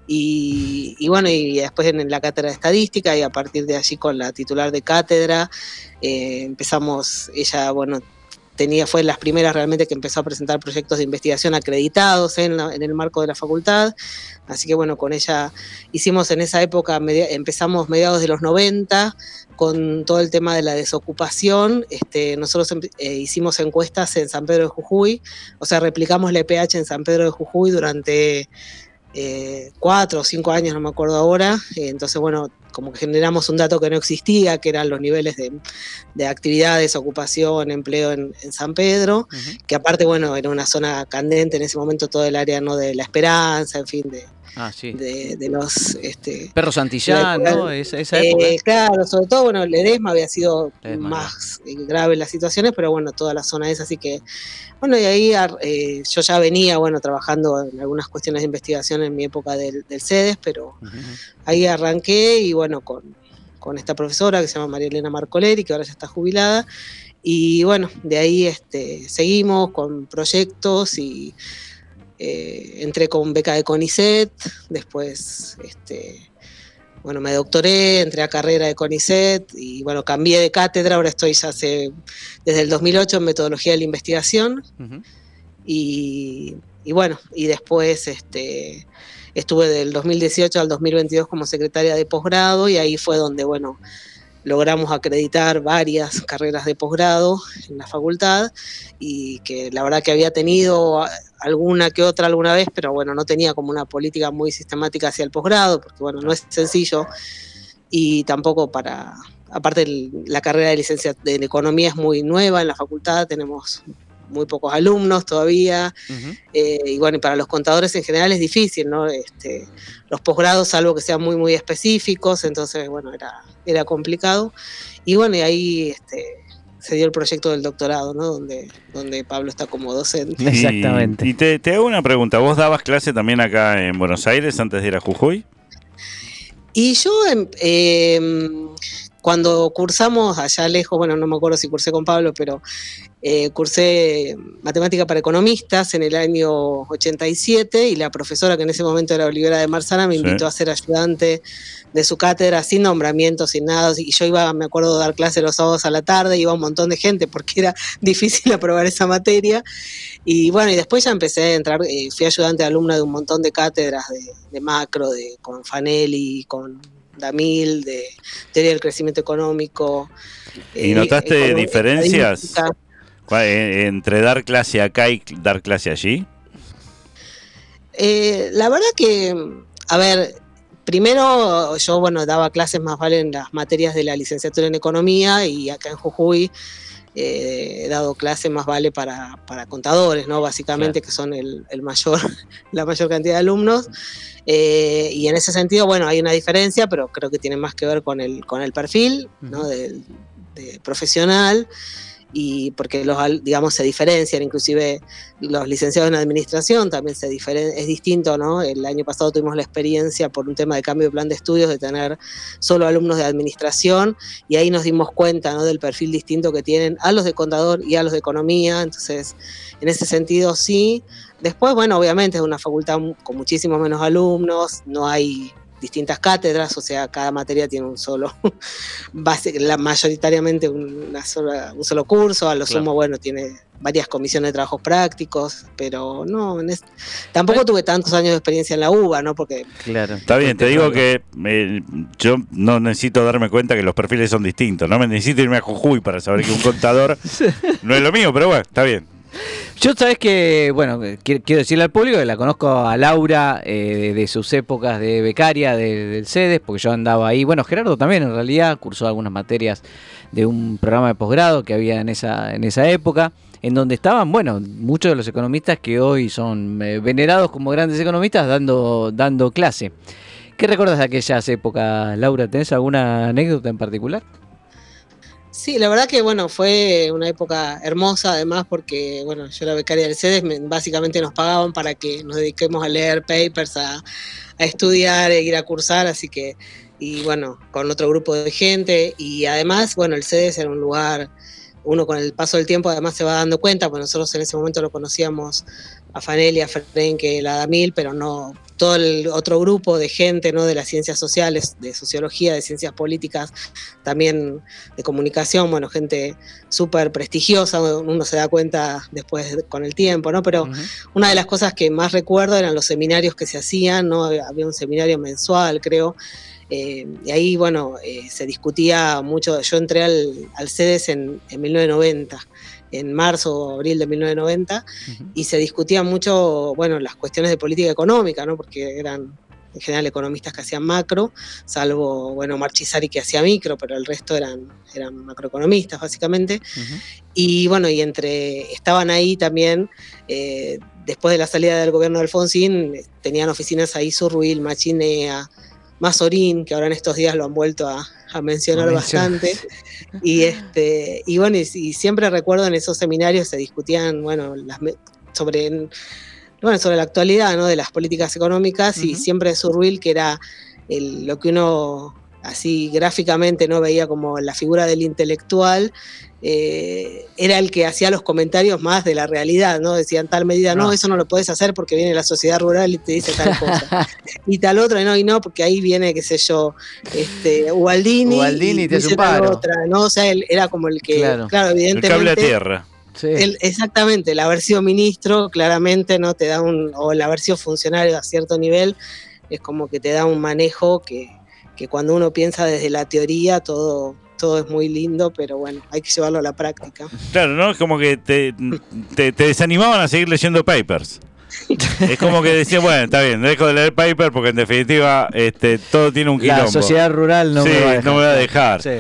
y bueno, y después en la cátedra de Estadística, y a partir de allí con la titular de cátedra empezamos, ella, bueno, fue las primeras realmente que empezó a presentar proyectos de investigación acreditados en el marco de la facultad, así que bueno, con ella hicimos en esa época, empezamos mediados de los 90, con todo el tema de la desocupación. Nosotros hicimos encuestas en San Pedro de Jujuy, o sea, replicamos la EPH en San Pedro de Jujuy durante 4 o 5 años, no me acuerdo ahora, entonces bueno, como que generamos un dato que no existía, que eran los niveles de actividades, ocupación, empleo en San Pedro, que aparte, bueno, era una zona candente en ese momento, todo el área, ¿no?, de La Esperanza, en fin, de los... Perro Santillán, ¿no? Esa época. Claro, sobre todo, bueno, Ledesma había sido más grave las situaciones, pero bueno, toda la zona es así que... Bueno, y ahí yo ya venía, bueno, trabajando en algunas cuestiones de investigación en mi época del CEDES, pero ahí arranqué, y bueno, con esta profesora que se llama María Elena Marcoleri, que ahora ya está jubilada, y bueno, de ahí seguimos con proyectos, y entré con beca de CONICET, después bueno, me doctoré, entré a carrera de CONICET, y bueno, cambié de cátedra, ahora estoy ya desde el 2008 en metodología de la investigación, y bueno, y después estuve del 2018 al 2022 como secretaria de posgrado, y ahí fue donde, bueno, logramos acreditar varias carreras de posgrado en la facultad, y que la verdad que había tenido alguna que otra alguna vez, pero bueno, no tenía como una política muy sistemática hacia el posgrado, porque bueno, no es sencillo, y tampoco aparte la carrera de licenciatura en economía es muy nueva en la facultad, tenemos muy pocos alumnos todavía, y bueno, y para los contadores en general es difícil, ¿no? Los posgrados, salvo que sean muy, muy específicos, entonces, bueno, era complicado, y bueno, y ahí se dio el proyecto del doctorado, ¿no? Donde Pablo está como docente. Exactamente. Y te hago una pregunta, ¿vos dabas clase también acá en Buenos Aires antes de ir a Jujuy? Y yo, cuando cursamos allá lejos, bueno, no me acuerdo si cursé con Pablo, pero cursé matemática para economistas en el año 87, y la profesora, que en ese momento era Olivera de Marzana, me invitó a ser ayudante de su cátedra, sin nombramiento, sin nada, y yo iba, me acuerdo, a dar clases los sábados a la tarde, iba un montón de gente porque era difícil aprobar esa materia, y bueno, y después ya empecé a entrar, fui ayudante alumna de un montón de cátedras de macro, con Fanelli, con Damil, de teoría del crecimiento económico. ¿Y notaste diferencias entre dar clase acá y dar clase allí? La verdad que, a ver, primero yo, bueno, daba clases más vale en las materias de la licenciatura en economía, y acá en Jujuy he dado clases más vale para contadores, ¿no? Básicamente, claro, que son la mayor cantidad de alumnos. Y en ese sentido, bueno, hay una diferencia, pero creo que tiene más que ver con el perfil, ¿no? de profesional, y porque digamos, se diferencian, inclusive los licenciados en administración también es distinto, ¿no? El año pasado tuvimos la experiencia, por un tema de cambio de plan de estudios, de tener solo alumnos de administración, y ahí nos dimos cuenta, ¿no?, del perfil distinto que tienen a los de contador y a los de economía. Entonces, en ese sentido sí. Después, bueno, obviamente es una facultad con muchísimos menos alumnos, no hay distintas cátedras, o sea, cada materia tiene un solo, mayoritariamente un solo curso, a lo sumo, bueno, tiene varias comisiones de trabajos prácticos, pero no, tampoco tuve tantos años de experiencia en la UBA, ¿no? Porque claro. Está bien, te digo que yo no necesito darme cuenta que los perfiles son distintos, no me necesito irme a Jujuy para saber que un contador no es lo mío, pero bueno, está bien. Yo sabés que, bueno, quiero decirle al público que la conozco a Laura de sus épocas de becaria del CEDES, porque yo andaba ahí. Bueno, Gerardo también en realidad cursó algunas materias de un programa de posgrado que había en esa época, en donde estaban, bueno, muchos de los economistas que hoy son venerados como grandes economistas dando clase. ¿Qué recuerdas de aquellas épocas, Laura? ¿Tenés alguna anécdota en particular? sí, la verdad que bueno, fue una época hermosa además porque bueno, yo era becaria del CEDES, básicamente nos pagaban para que nos dediquemos a leer papers, a estudiar, a ir a cursar, así que, y bueno, con otro grupo de gente, y además, bueno, el CEDES era un lugar, uno con el paso del tiempo además se va dando cuenta, pues nosotros en ese momento lo conocíamos a Fanelli, a Frenke, a Adamil, pero no todo el otro grupo de gente, ¿no? De las ciencias sociales, de sociología, de ciencias políticas, también de comunicación, bueno, gente súper prestigiosa, uno se da cuenta después con el tiempo, ¿no? Pero una de las cosas que más recuerdo eran los seminarios que se hacían, ¿no? Había un seminario mensual, creo, y ahí, bueno, se discutía mucho. Yo entré al CEDES en 1990, en marzo o abril de 1990, y se discutía mucho, bueno, las cuestiones de política económica, ¿no? Porque eran en general economistas que hacían macro, salvo, bueno, Marchisari que hacía micro, pero el resto eran macroeconomistas, básicamente. Y bueno, y estaban ahí también, después de la salida del gobierno de Alfonsín, tenían oficinas ahí Zurruil, Machinea, Mazorín, que ahora en estos días lo han vuelto a mencionar bastante, y bueno, y siempre recuerdo en esos seminarios se discutían, bueno, sobre la actualidad, ¿no? De las políticas económicas, y siempre Zurruil, que era lo que uno así gráficamente no veía como la figura del intelectual, era el que hacía los comentarios más de la realidad, ¿no? Decía en tal medida, no, eso no lo puedes hacer porque viene la sociedad rural y te dice tal cosa. Y tal otra, y porque ahí viene, qué sé yo, Ubaldini te hace un tal paro. otra, ¿no? O sea, él era como el que, claro, evidentemente. El cable a tierra. Sí. Exactamente, el haber sido ministro, claramente, ¿no? Te da o el haber sido funcionario a cierto nivel, es como que te da un manejo que cuando uno piensa desde la teoría, todo es muy lindo, pero bueno, hay que llevarlo a la práctica. Claro, ¿no? Es como que te desanimaban a seguir leyendo papers. Es como que decían, bueno, está bien, dejo de leer papers porque en definitiva todo tiene un quilombo. La sociedad rural no me va a dejar. Sí.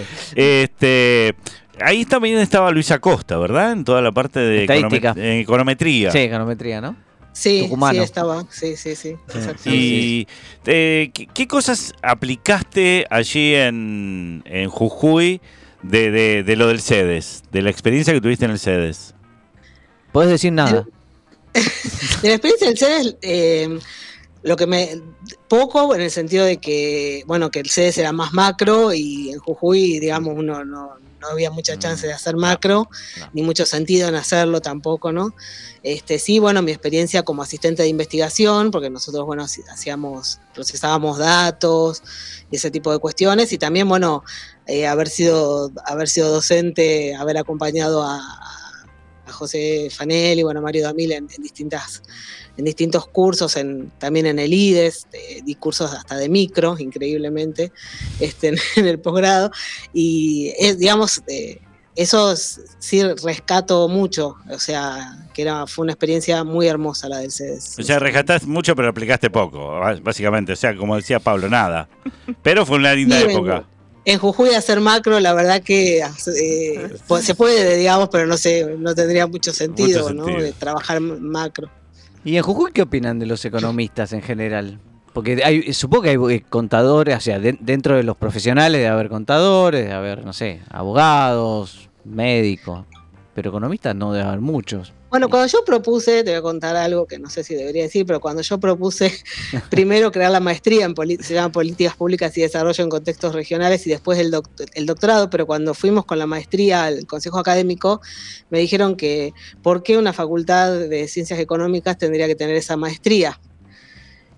Ahí también estaba Luisa Costa, ¿verdad? En toda la parte de econometría. Sí, econometría, ¿no? Sí, Tucumano. Sí estaba, sí. ¿Y qué cosas aplicaste allí en Jujuy de lo del CEDES, de la experiencia que tuviste en el CEDES? ¿Podés decir nada? De la experiencia del CEDES, poco en el sentido de que, bueno, que el CEDES era más macro y en Jujuy, digamos, uno no había mucha chance de hacer macro, ni mucho sentido en hacerlo tampoco, ¿no? Sí, bueno, mi experiencia como asistente de investigación, porque nosotros, bueno, procesábamos datos y ese tipo de cuestiones, y también, bueno, haber sido docente, haber acompañado a José Fanelli, bueno, Mario Damil en distintos cursos, también en el IDES, di cursos hasta de micro, increíblemente, en el posgrado, y digamos, eso sí rescato mucho, o sea, fue una experiencia muy hermosa la del CEDES. O sea, rescataste mucho pero aplicaste poco, básicamente, o sea, como decía Pablo, nada. Pero fue una linda época. En Jujuy hacer macro, la verdad que se puede, digamos, pero no tendría mucho sentido, ¿no? De trabajar macro. ¿Y en Jujuy qué opinan de los economistas en general? Porque supongo que hay contadores, o sea, dentro de los profesionales debe haber contadores, debe haber, no sé, abogados, médicos, pero economistas no debe haber muchos. Bueno, cuando yo propuse, te voy a contar algo que no sé si debería decir, pero cuando yo propuse primero crear la maestría se llama Políticas Públicas y Desarrollo en Contextos Regionales y después el doctorado, pero cuando fuimos con la maestría al Consejo Académico, me dijeron que ¿por qué una facultad de Ciencias Económicas tendría que tener esa maestría?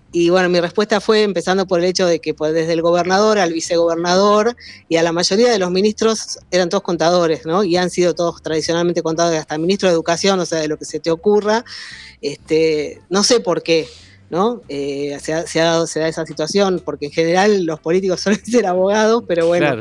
Y bueno, mi respuesta fue empezando por el hecho de que pues, desde el gobernador al vicegobernador y a la mayoría de los ministros eran todos contadores, ¿no? Y han sido todos tradicionalmente contadores, hasta ministro de Educación, o sea, de lo que se te ocurra. No sé por qué, ¿no? Se da esa situación, porque en general los políticos suelen ser abogados, pero bueno, Claro.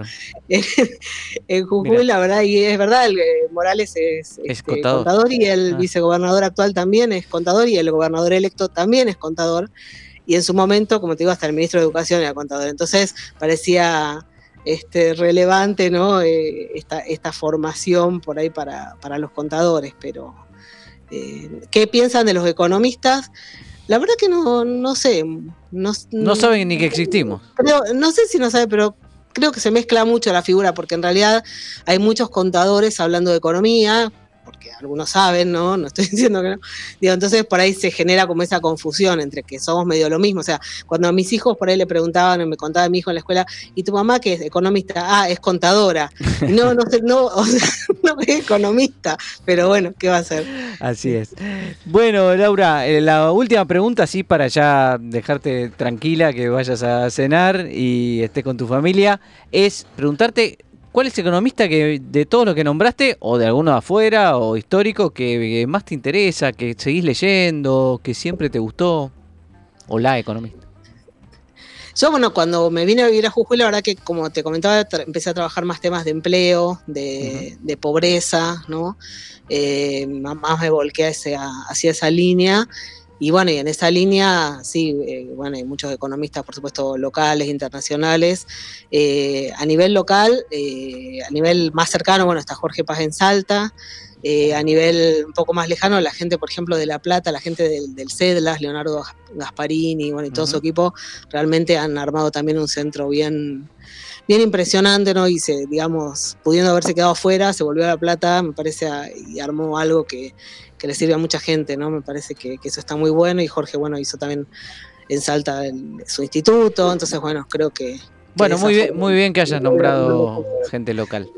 en Jujuy Mira. la verdad, y es verdad, Morales es contador y el vicegobernador actual también es contador y el gobernador electo también es contador. Y en su momento, como te digo, hasta el ministro de Educación era contador. Entonces parecía relevante, ¿no? Esta formación por ahí para los contadores. Pero, ¿qué piensan de los economistas? La verdad que no sé. No saben ni que existimos. No sé si no saben, pero creo que se mezcla mucho la figura, porque en realidad hay muchos contadores hablando de economía, porque algunos saben, ¿no? No estoy diciendo que no. Digo, entonces por ahí se genera como esa confusión entre que somos medio lo mismo. O sea, cuando a mis hijos por ahí le preguntaban, me contaba mi hijo en la escuela, ¿y tu mamá qué es? Economista. Ah, es contadora. Y no sé, o sea, no es economista, pero bueno, ¿qué va a hacer? Así es. Bueno, Laura, la última pregunta, sí, para ya dejarte tranquila, que vayas a cenar y estés con tu familia, es preguntarte ¿cuál es el economista que de todos los que nombraste, o de alguno de afuera, o histórico, que más te interesa, que seguís leyendo, que siempre te gustó? ¿O la economista? Yo, bueno, cuando me vine a vivir a Jujuy, la verdad que, como te comentaba, empecé a trabajar más temas de empleo, de pobreza, ¿no? Más me volqué hacia esa línea. Y bueno, y en esa línea, sí, bueno, hay muchos economistas, por supuesto, locales, internacionales. A nivel local, a nivel más cercano, bueno, está Jorge Paz en Salta. A nivel un poco más lejano, la gente, por ejemplo, de La Plata, la gente del CEDLAS, Leonardo Gasparini, bueno, y todo su equipo, realmente han armado también un centro bien impresionante, ¿no? Y digamos, pudiendo haberse quedado afuera, se volvió a La Plata, me parece, y armó algo que le sirve a mucha gente, ¿no? Me parece que eso está muy bueno, y Jorge, bueno, hizo también en Salta su instituto, entonces, bueno, creo que bueno, muy bien que hayas nombrado gente local.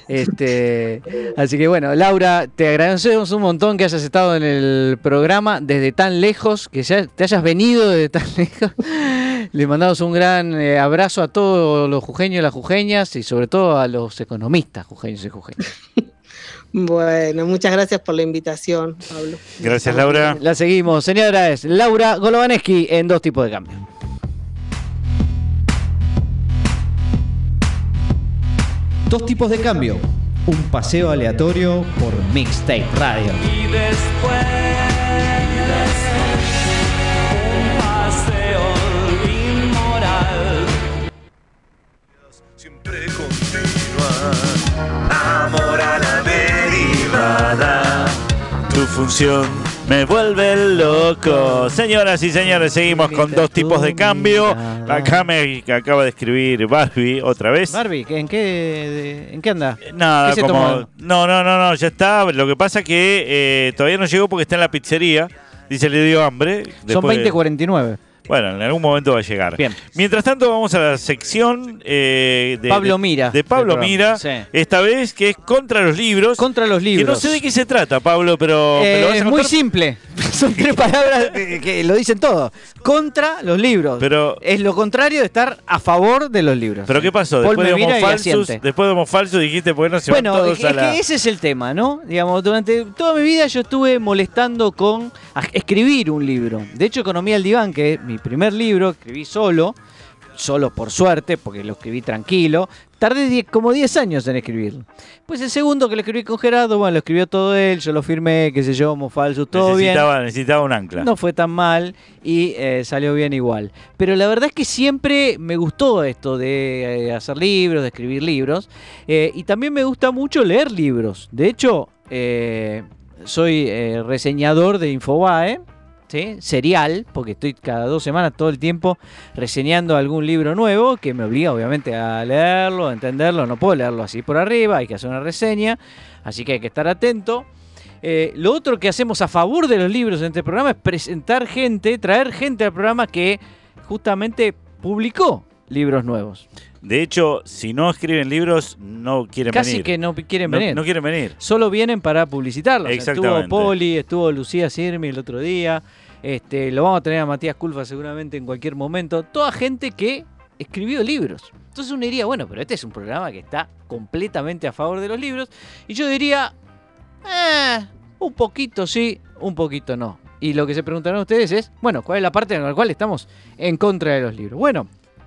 Así que bueno, Laura, te agradecemos un montón que hayas estado en el programa desde tan lejos, que ya te hayas venido desde tan lejos. Le mandamos un gran abrazo a todos los jujeños y las jujeñas, y sobre todo a los economistas jujeños y jujeñas. Bueno, muchas gracias por la invitación, Pablo. Gracias, Laura. La seguimos. Señora, es Laura Golovaneschi en Dos Tipos de Cambio. Dos Tipos de Cambio, un paseo aleatorio por Mixtape Radio. Y después un paseo inmoral. Siempre continúa, amor a la derivada. Tu función me vuelve loco. Señoras y señores, seguimos con Dos Tipos de Cambio. Acá me acaba de escribir Barbie otra vez. Barbie, ¿en qué anda? Nada, ¿Qué se como tomó? no, ya está. Lo que pasa que todavía no llegó porque está en la pizzería. Dice, le dio hambre. Son 20:49. Bueno, en algún momento va a llegar. Bien. Mientras tanto, vamos a la sección de Pablo Mira. De Pablo del programa. Mira. Sí. Esta vez que es contra los libros. Contra los libros. Que no sé de qué se trata, Pablo, pero ¿me lo vas a es contar? muy simple. Son tres palabras que lo dicen todo. Contra los libros. Pero es lo contrario de estar a favor de los libros. ¿Pero qué pasó? Paul Después de me mira y Homofalsus, asiente. dijiste, ¿por qué no se van Bueno, todos es a la...? que ese es el tema, ¿no? Digamos, durante toda mi vida yo estuve molestando con escribir un libro. De hecho, Economía al Diván, que es mi primer libro, escribí solo por suerte, porque lo escribí tranquilo. Tardé como 10 años en escribirlo. Pues el segundo que lo escribí con Gerardo, bueno, lo escribió todo él, yo lo firmé, qué sé yo, Homofalsus, todo bien. Necesitaba un ancla. No fue tan mal y salió bien igual. Pero la verdad es que siempre me gustó esto de hacer libros, de escribir libros. Y también me gusta mucho leer libros. De hecho, soy reseñador de Infobae. ¿Sí? Serial, porque estoy cada 2 semanas todo el tiempo reseñando algún libro nuevo que me obliga obviamente a leerlo, a entenderlo. No puedo leerlo así por arriba, hay que hacer una reseña, así que hay que estar atento. Lo otro que hacemos a favor de los libros en este programa es presentar gente, traer gente al programa que justamente publicó libros nuevos. De hecho, si no escriben libros, no quieren venir. Casi que no quieren venir. No quieren venir. Solo vienen para publicitarlos. Exactamente. Estuvo Poli, estuvo Lucía Sirmi el otro día. Lo vamos a tener a Matías Culfa seguramente en cualquier momento. Toda gente que escribió libros. Entonces uno diría, bueno, pero este es un programa que está completamente a favor de los libros. Y yo diría, un poquito sí, un poquito no. Y lo que se preguntarán ustedes es, bueno, ¿cuál es la parte en la cual estamos en contra de los libros? Bueno,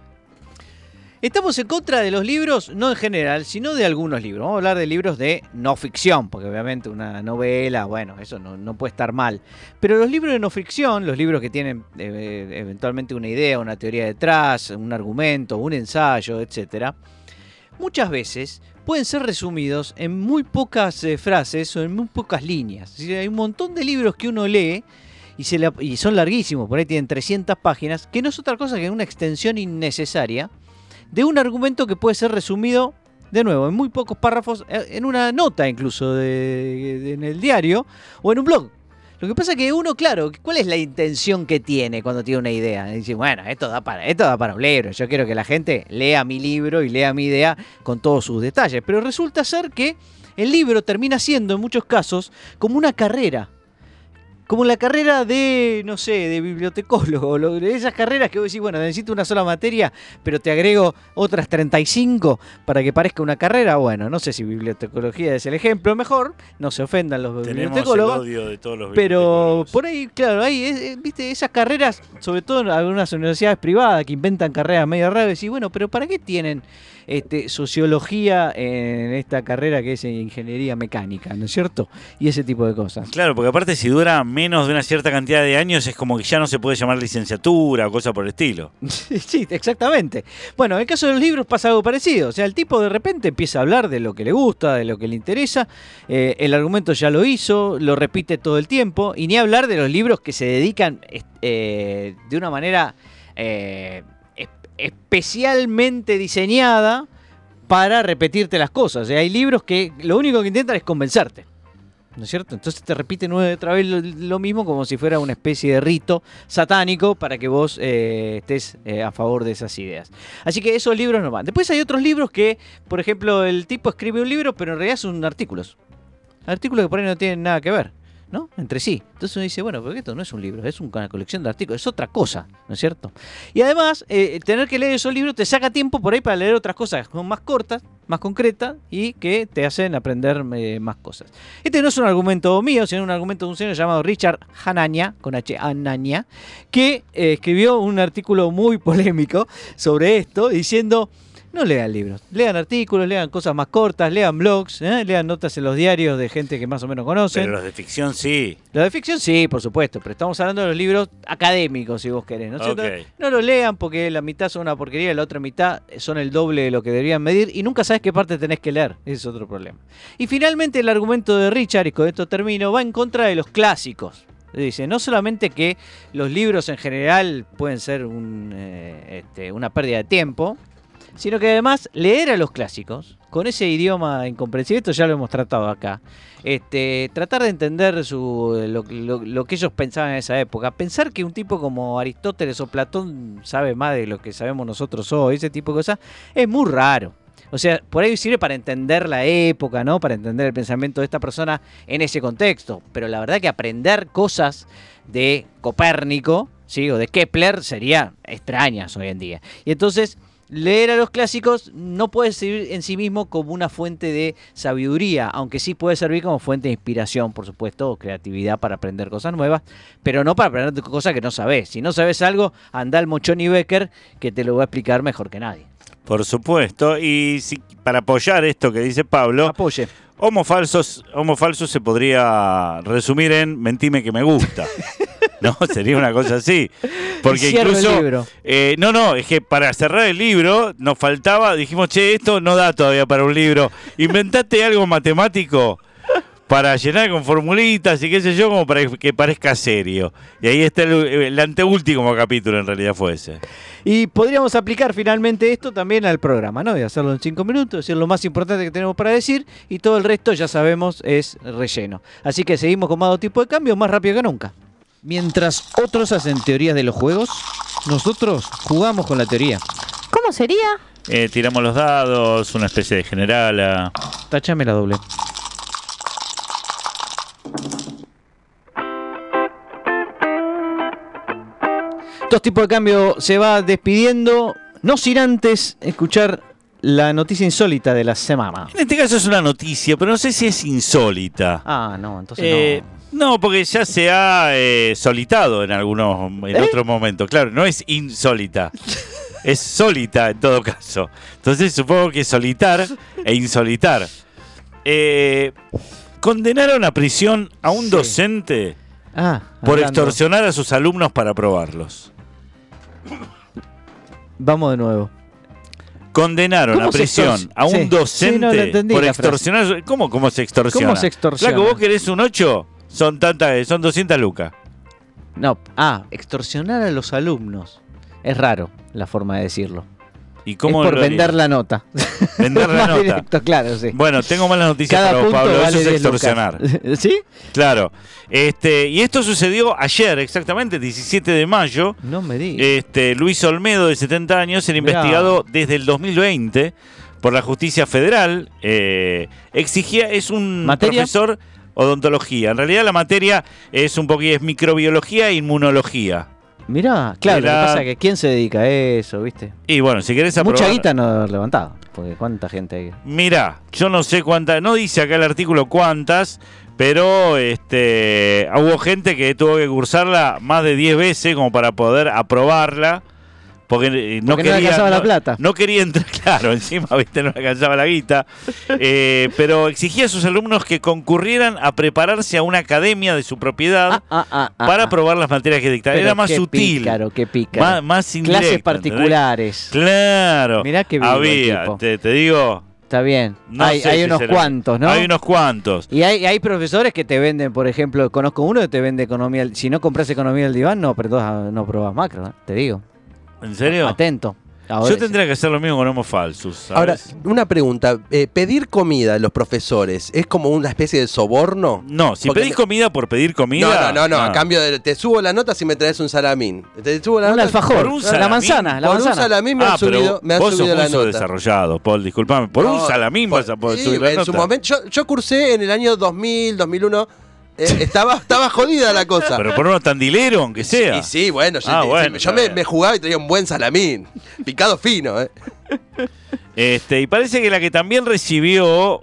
estamos en contra de los libros, no en general, sino de algunos libros. Vamos a hablar de libros de no ficción, porque obviamente una novela, bueno, eso no puede estar mal. Pero los libros de no ficción, los libros que tienen eventualmente una idea, una teoría detrás, un argumento, un ensayo, etcétera, muchas veces pueden ser resumidos en muy pocas frases o en muy pocas líneas. Es decir, hay un montón de libros que uno lee y son larguísimos, por ahí tienen 300 páginas, que no es otra cosa que una extensión innecesaria de un argumento que puede ser resumido, de nuevo, en muy pocos párrafos, en una nota incluso en el diario o en un blog. Lo que pasa es que uno, claro, ¿cuál es la intención que tiene cuando tiene una idea? Dice, bueno, esto da para un libro, yo quiero que la gente lea mi libro y lea mi idea con todos sus detalles. Pero resulta ser que el libro termina siendo, en muchos casos, como una carrera. Como la carrera de, no sé, de bibliotecólogo, de esas carreras que vos decís, bueno, necesito una sola materia, pero te agrego otras 35 para que parezca una carrera. Bueno, no sé si bibliotecología es el ejemplo mejor, no se ofendan los bibliotecólogos. Tenemos el odio de todos los pero por ahí, claro, hay, viste, esas carreras, sobre todo en algunas universidades privadas que inventan carreras medio raras, y bueno, pero ¿para qué tienen sociología en esta carrera que es ingeniería mecánica, ¿no es cierto? Y ese tipo de cosas. Claro, porque aparte si dura menos de una cierta cantidad de años es como que ya no se puede llamar licenciatura o cosa por el estilo. Sí, exactamente. Bueno, en el caso de los libros pasa algo parecido. O sea, el tipo de repente empieza a hablar de lo que le gusta, de lo que le interesa. El argumento ya lo hizo, lo repite todo el tiempo. Y ni hablar de los libros que se dedican de una manera especialmente diseñada para repetirte las cosas. O sea, hay libros que lo único que intentan es convencerte, ¿no es cierto? Entonces te repiten una y otra vez lo mismo, como si fuera una especie de rito satánico para que vos estés a favor de esas ideas. Así que esos libros no van. Después hay otros libros que, por ejemplo, el tipo escribe un libro, pero en realidad son artículos. Artículos que por ahí no tienen nada que ver, ¿no? Entre sí. Entonces uno dice, bueno, porque esto no es un libro, es una colección de artículos, es otra cosa, ¿no es cierto? Y además, tener que leer esos libros te saca tiempo por ahí para leer otras cosas que son más cortas, más concretas y que te hacen aprender más cosas. Este no es un argumento mío, sino un argumento de un señor llamado Richard Hanania, con H, Hanania, que escribió un artículo muy polémico sobre esto, diciendo: no lean libros, lean artículos, lean cosas más cortas, lean blogs, lean notas en los diarios de gente que más o menos conocen. Pero los de ficción sí. Los de ficción sí, por supuesto, pero estamos hablando de los libros académicos, si vos querés, ¿no? Okay. No los lean porque la mitad son una porquería y la otra mitad son el doble de lo que deberían medir y nunca sabes qué parte tenés que leer. Ese es otro problema. Y finalmente el argumento de Richard, y con esto termino, va en contra de los clásicos. Dice, no solamente que los libros en general pueden ser una pérdida de tiempo, sino que además leer a los clásicos con ese idioma incomprensible, esto ya lo hemos tratado acá, tratar de entender lo que ellos pensaban en esa época, pensar que un tipo como Aristóteles o Platón sabe más de lo que sabemos nosotros hoy, ese tipo de cosas, es muy raro. O sea, por ahí sirve para entender la época, ¿no? Para entender el pensamiento de esta persona en ese contexto, pero la verdad que aprender cosas de Copérnico, ¿sí? O de Kepler sería extrañas hoy en día. Y entonces leer a los clásicos no puede servir en sí mismo como una fuente de sabiduría, aunque sí puede servir como fuente de inspiración, por supuesto, o creatividad para aprender cosas nuevas, pero no para aprender cosas que no sabés. Si no sabés algo, anda al Mochoni Becker, que te lo va a explicar mejor que nadie. Por supuesto, y para apoyar esto que dice Pablo, apoye. Homo falso se podría resumir en mentime que me gusta. No, sería una cosa así. Porque incluso el libro. Es que para cerrar el libro nos faltaba, dijimos, esto no da todavía para un libro. Inventate algo matemático para llenar con formulitas y qué sé yo, como para que parezca serio. Y ahí está el anteúltimo capítulo, en realidad fue ese. Y podríamos aplicar finalmente esto también al programa, ¿no? De hacerlo en 5 minutos, decir lo más importante que tenemos para decir, y todo el resto, ya sabemos, es relleno. Así que seguimos con más tipo de cambio, más rápido que nunca. Mientras otros hacen teorías de los juegos, nosotros jugamos con la teoría. ¿Cómo sería? Tiramos los dados, una especie de generala. Táchame la doble. Dos tipos de cambio se va despidiendo, no sin antes escuchar la noticia insólita de la semana. En este caso es una noticia, pero no sé si es insólita. Ah, no, entonces no, porque ya se ha solitado en otros momentos. Claro, no es insólita. Es sólita en todo caso. Entonces supongo que solitar e insolitar. Condenaron a prisión a un docente por extorsionar a sus alumnos para aprobarlos. Vamos de nuevo. Condenaron a prisión a un docente por extorsionar. ¿Cómo se extorsiona? ¿Cómo se extorsiona? Flaco, vos querés un 8, son 200 lucas. No, extorsionar a los alumnos. Es raro la forma de decirlo. ¿Y cómo es por lo vender harías? la nota. Vender la nota. Directo, claro, sí. Bueno, tengo malas noticias Cada para vos, punto Pablo. vale Eso es 10 extorsionar. lucas. ¿Sí? Claro. Y esto sucedió ayer, exactamente, 17 de mayo. No me digas. Luis Olmedo, de 70 años, era investigado desde el 2020 por la Justicia Federal. Es un ¿Materia? profesor odontología. En realidad la materia es microbiología e inmunología. Mirá, claro, lo que pasa es que ¿quién se dedica a eso, viste? Y bueno, si querés aprobar... Mucha guita no haber levantado, porque ¿cuánta gente hay? Mirá, yo no sé cuántas, no dice acá el artículo cuántas, pero hubo gente que tuvo que cursarla más de 10 veces como para poder aprobarla. Porque no quería, le alcanzaba la plata. No quería entrar, claro, encima, viste, no le alcanzaba la guita. Pero exigía a sus alumnos que concurrieran a prepararse a una academia de su propiedad para aprobar las materias que dictaban. Era más sutil. Pícaro, qué pícaro. Más indirecto. Clases particulares. ¿Entendés? Claro. Mirá qué vivo había, el tipo. te digo. Está bien. No hay sé si unos cuantos, ¿no? Hay unos cuantos. Y hay profesores que te venden, por ejemplo, conozco uno que te vende economía. Si no compras economía del diván, no probás macro, te digo. ¿En serio? Atento. Ahora Yo tendría que hacer lo mismo con Homo Falsus, ¿sabes? Ahora, una pregunta. ¿Pedir comida a los profesores es como una especie de soborno? No, si Porque pedís comida por pedir comida... No. A cambio de... Te subo la nota si me traes un salamín. Te subo la un nota... alfajor. Por un salamín. La manzana. Por un salamín me han subido la nota. Vos sos muy subdesarrollado, Paul, disculpame. Por un salamín vas a poder subir la nota. En su momento... Yo cursé en el año 2000, 2001... estaba jodida la cosa. Pero por uno tandilero, aunque sea. Sí, bueno. Bueno, yo me jugaba y traía un buen salamín. Picado fino, Y parece que la que también recibió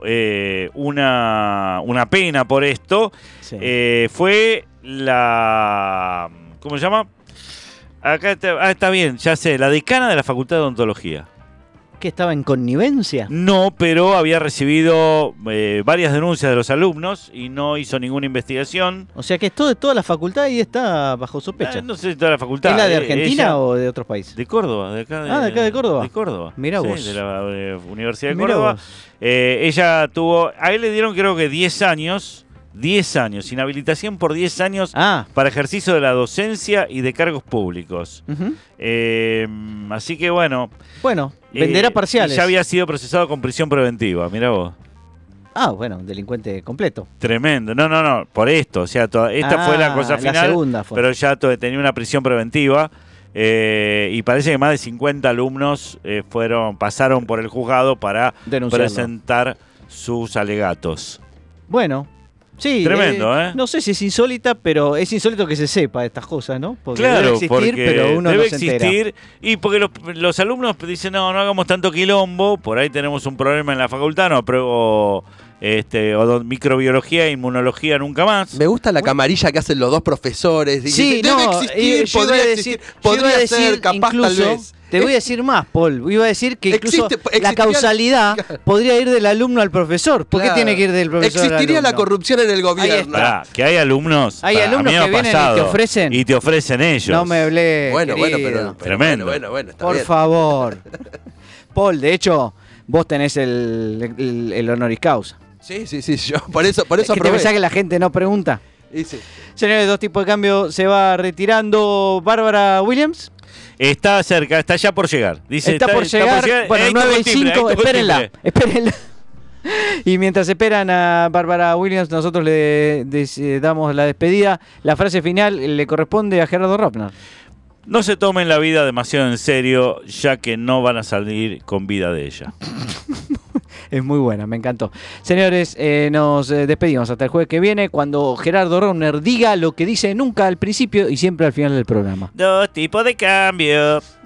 una pena por esto fue la... ¿Cómo se llama? Acá está bien, ya sé. La decana de la Facultad de Odontología. ¿Que estaba en connivencia? No, pero había recibido varias denuncias de los alumnos y no hizo ninguna investigación. O sea que toda la facultad ahí está bajo sospecha. No sé si toda la facultad. ¿Es la de Argentina o de otros países? De Córdoba, de acá. De acá de Córdoba. De Córdoba. Mirá sí, vos. de la Universidad de Mirá Córdoba. vos. Ella tuvo, a él le dieron creo que 10 años, inhabilitación por 10 años para ejercicio de la docencia y de cargos públicos. Así que bueno. Bueno, venderá parciales. Ya había sido procesado con prisión preventiva, mirá vos. Bueno, un delincuente completo. Tremendo. No, por esto. O sea, esta fue la cosa final. La segunda fue. Pero ya tenía una prisión preventiva. Y parece que más de 50 alumnos pasaron por el juzgado para presentar sus alegatos. Bueno. Sí, tremendo, no sé si es insólita, pero es insólito que se sepa estas cosas, ¿no? Porque claro, debe existir, pero uno debe no se entera. Y porque los alumnos dicen, no hagamos tanto quilombo, por ahí tenemos un problema en la facultad, no apruebo microbiología e inmunología nunca más. Me gusta la camarilla que hacen los dos profesores. Sí, debe existir, podría existir, podría ser, capaz tal vez. Te voy a decir más, Paul. Iba a decir que incluso la causalidad podría ir del alumno al profesor. ¿Por qué tiene que ir del profesor al alumno? Existiría la corrupción en el gobierno. Que hay alumnos. Hay alumnos que vienen y te ofrecen. Y te ofrecen ellos. No me hablé. Bueno, pero tremendo. Bueno, está por bien. favor. Paul, de hecho, vos tenés el honoris causa. Sí, yo por eso ¿Qué te pensás que la gente no pregunta? Sí. Señores, dos tipos de cambio se va retirando Bárbara Williams. Está cerca, está ya por llegar. Dice, está por llegar. Bueno, 9 y 5, espérenla. Y mientras esperan a Bárbara Williams, nosotros le damos la despedida. La frase final le corresponde a Gerardo Ropner. No se tomen la vida demasiado en serio, ya que no van a salir con vida de ella. Es muy buena, me encantó. Señores, nos despedimos hasta el jueves que viene, cuando Gerardo Rauner diga lo que dice nunca al principio y siempre al final del programa. Dos tipos de cambio.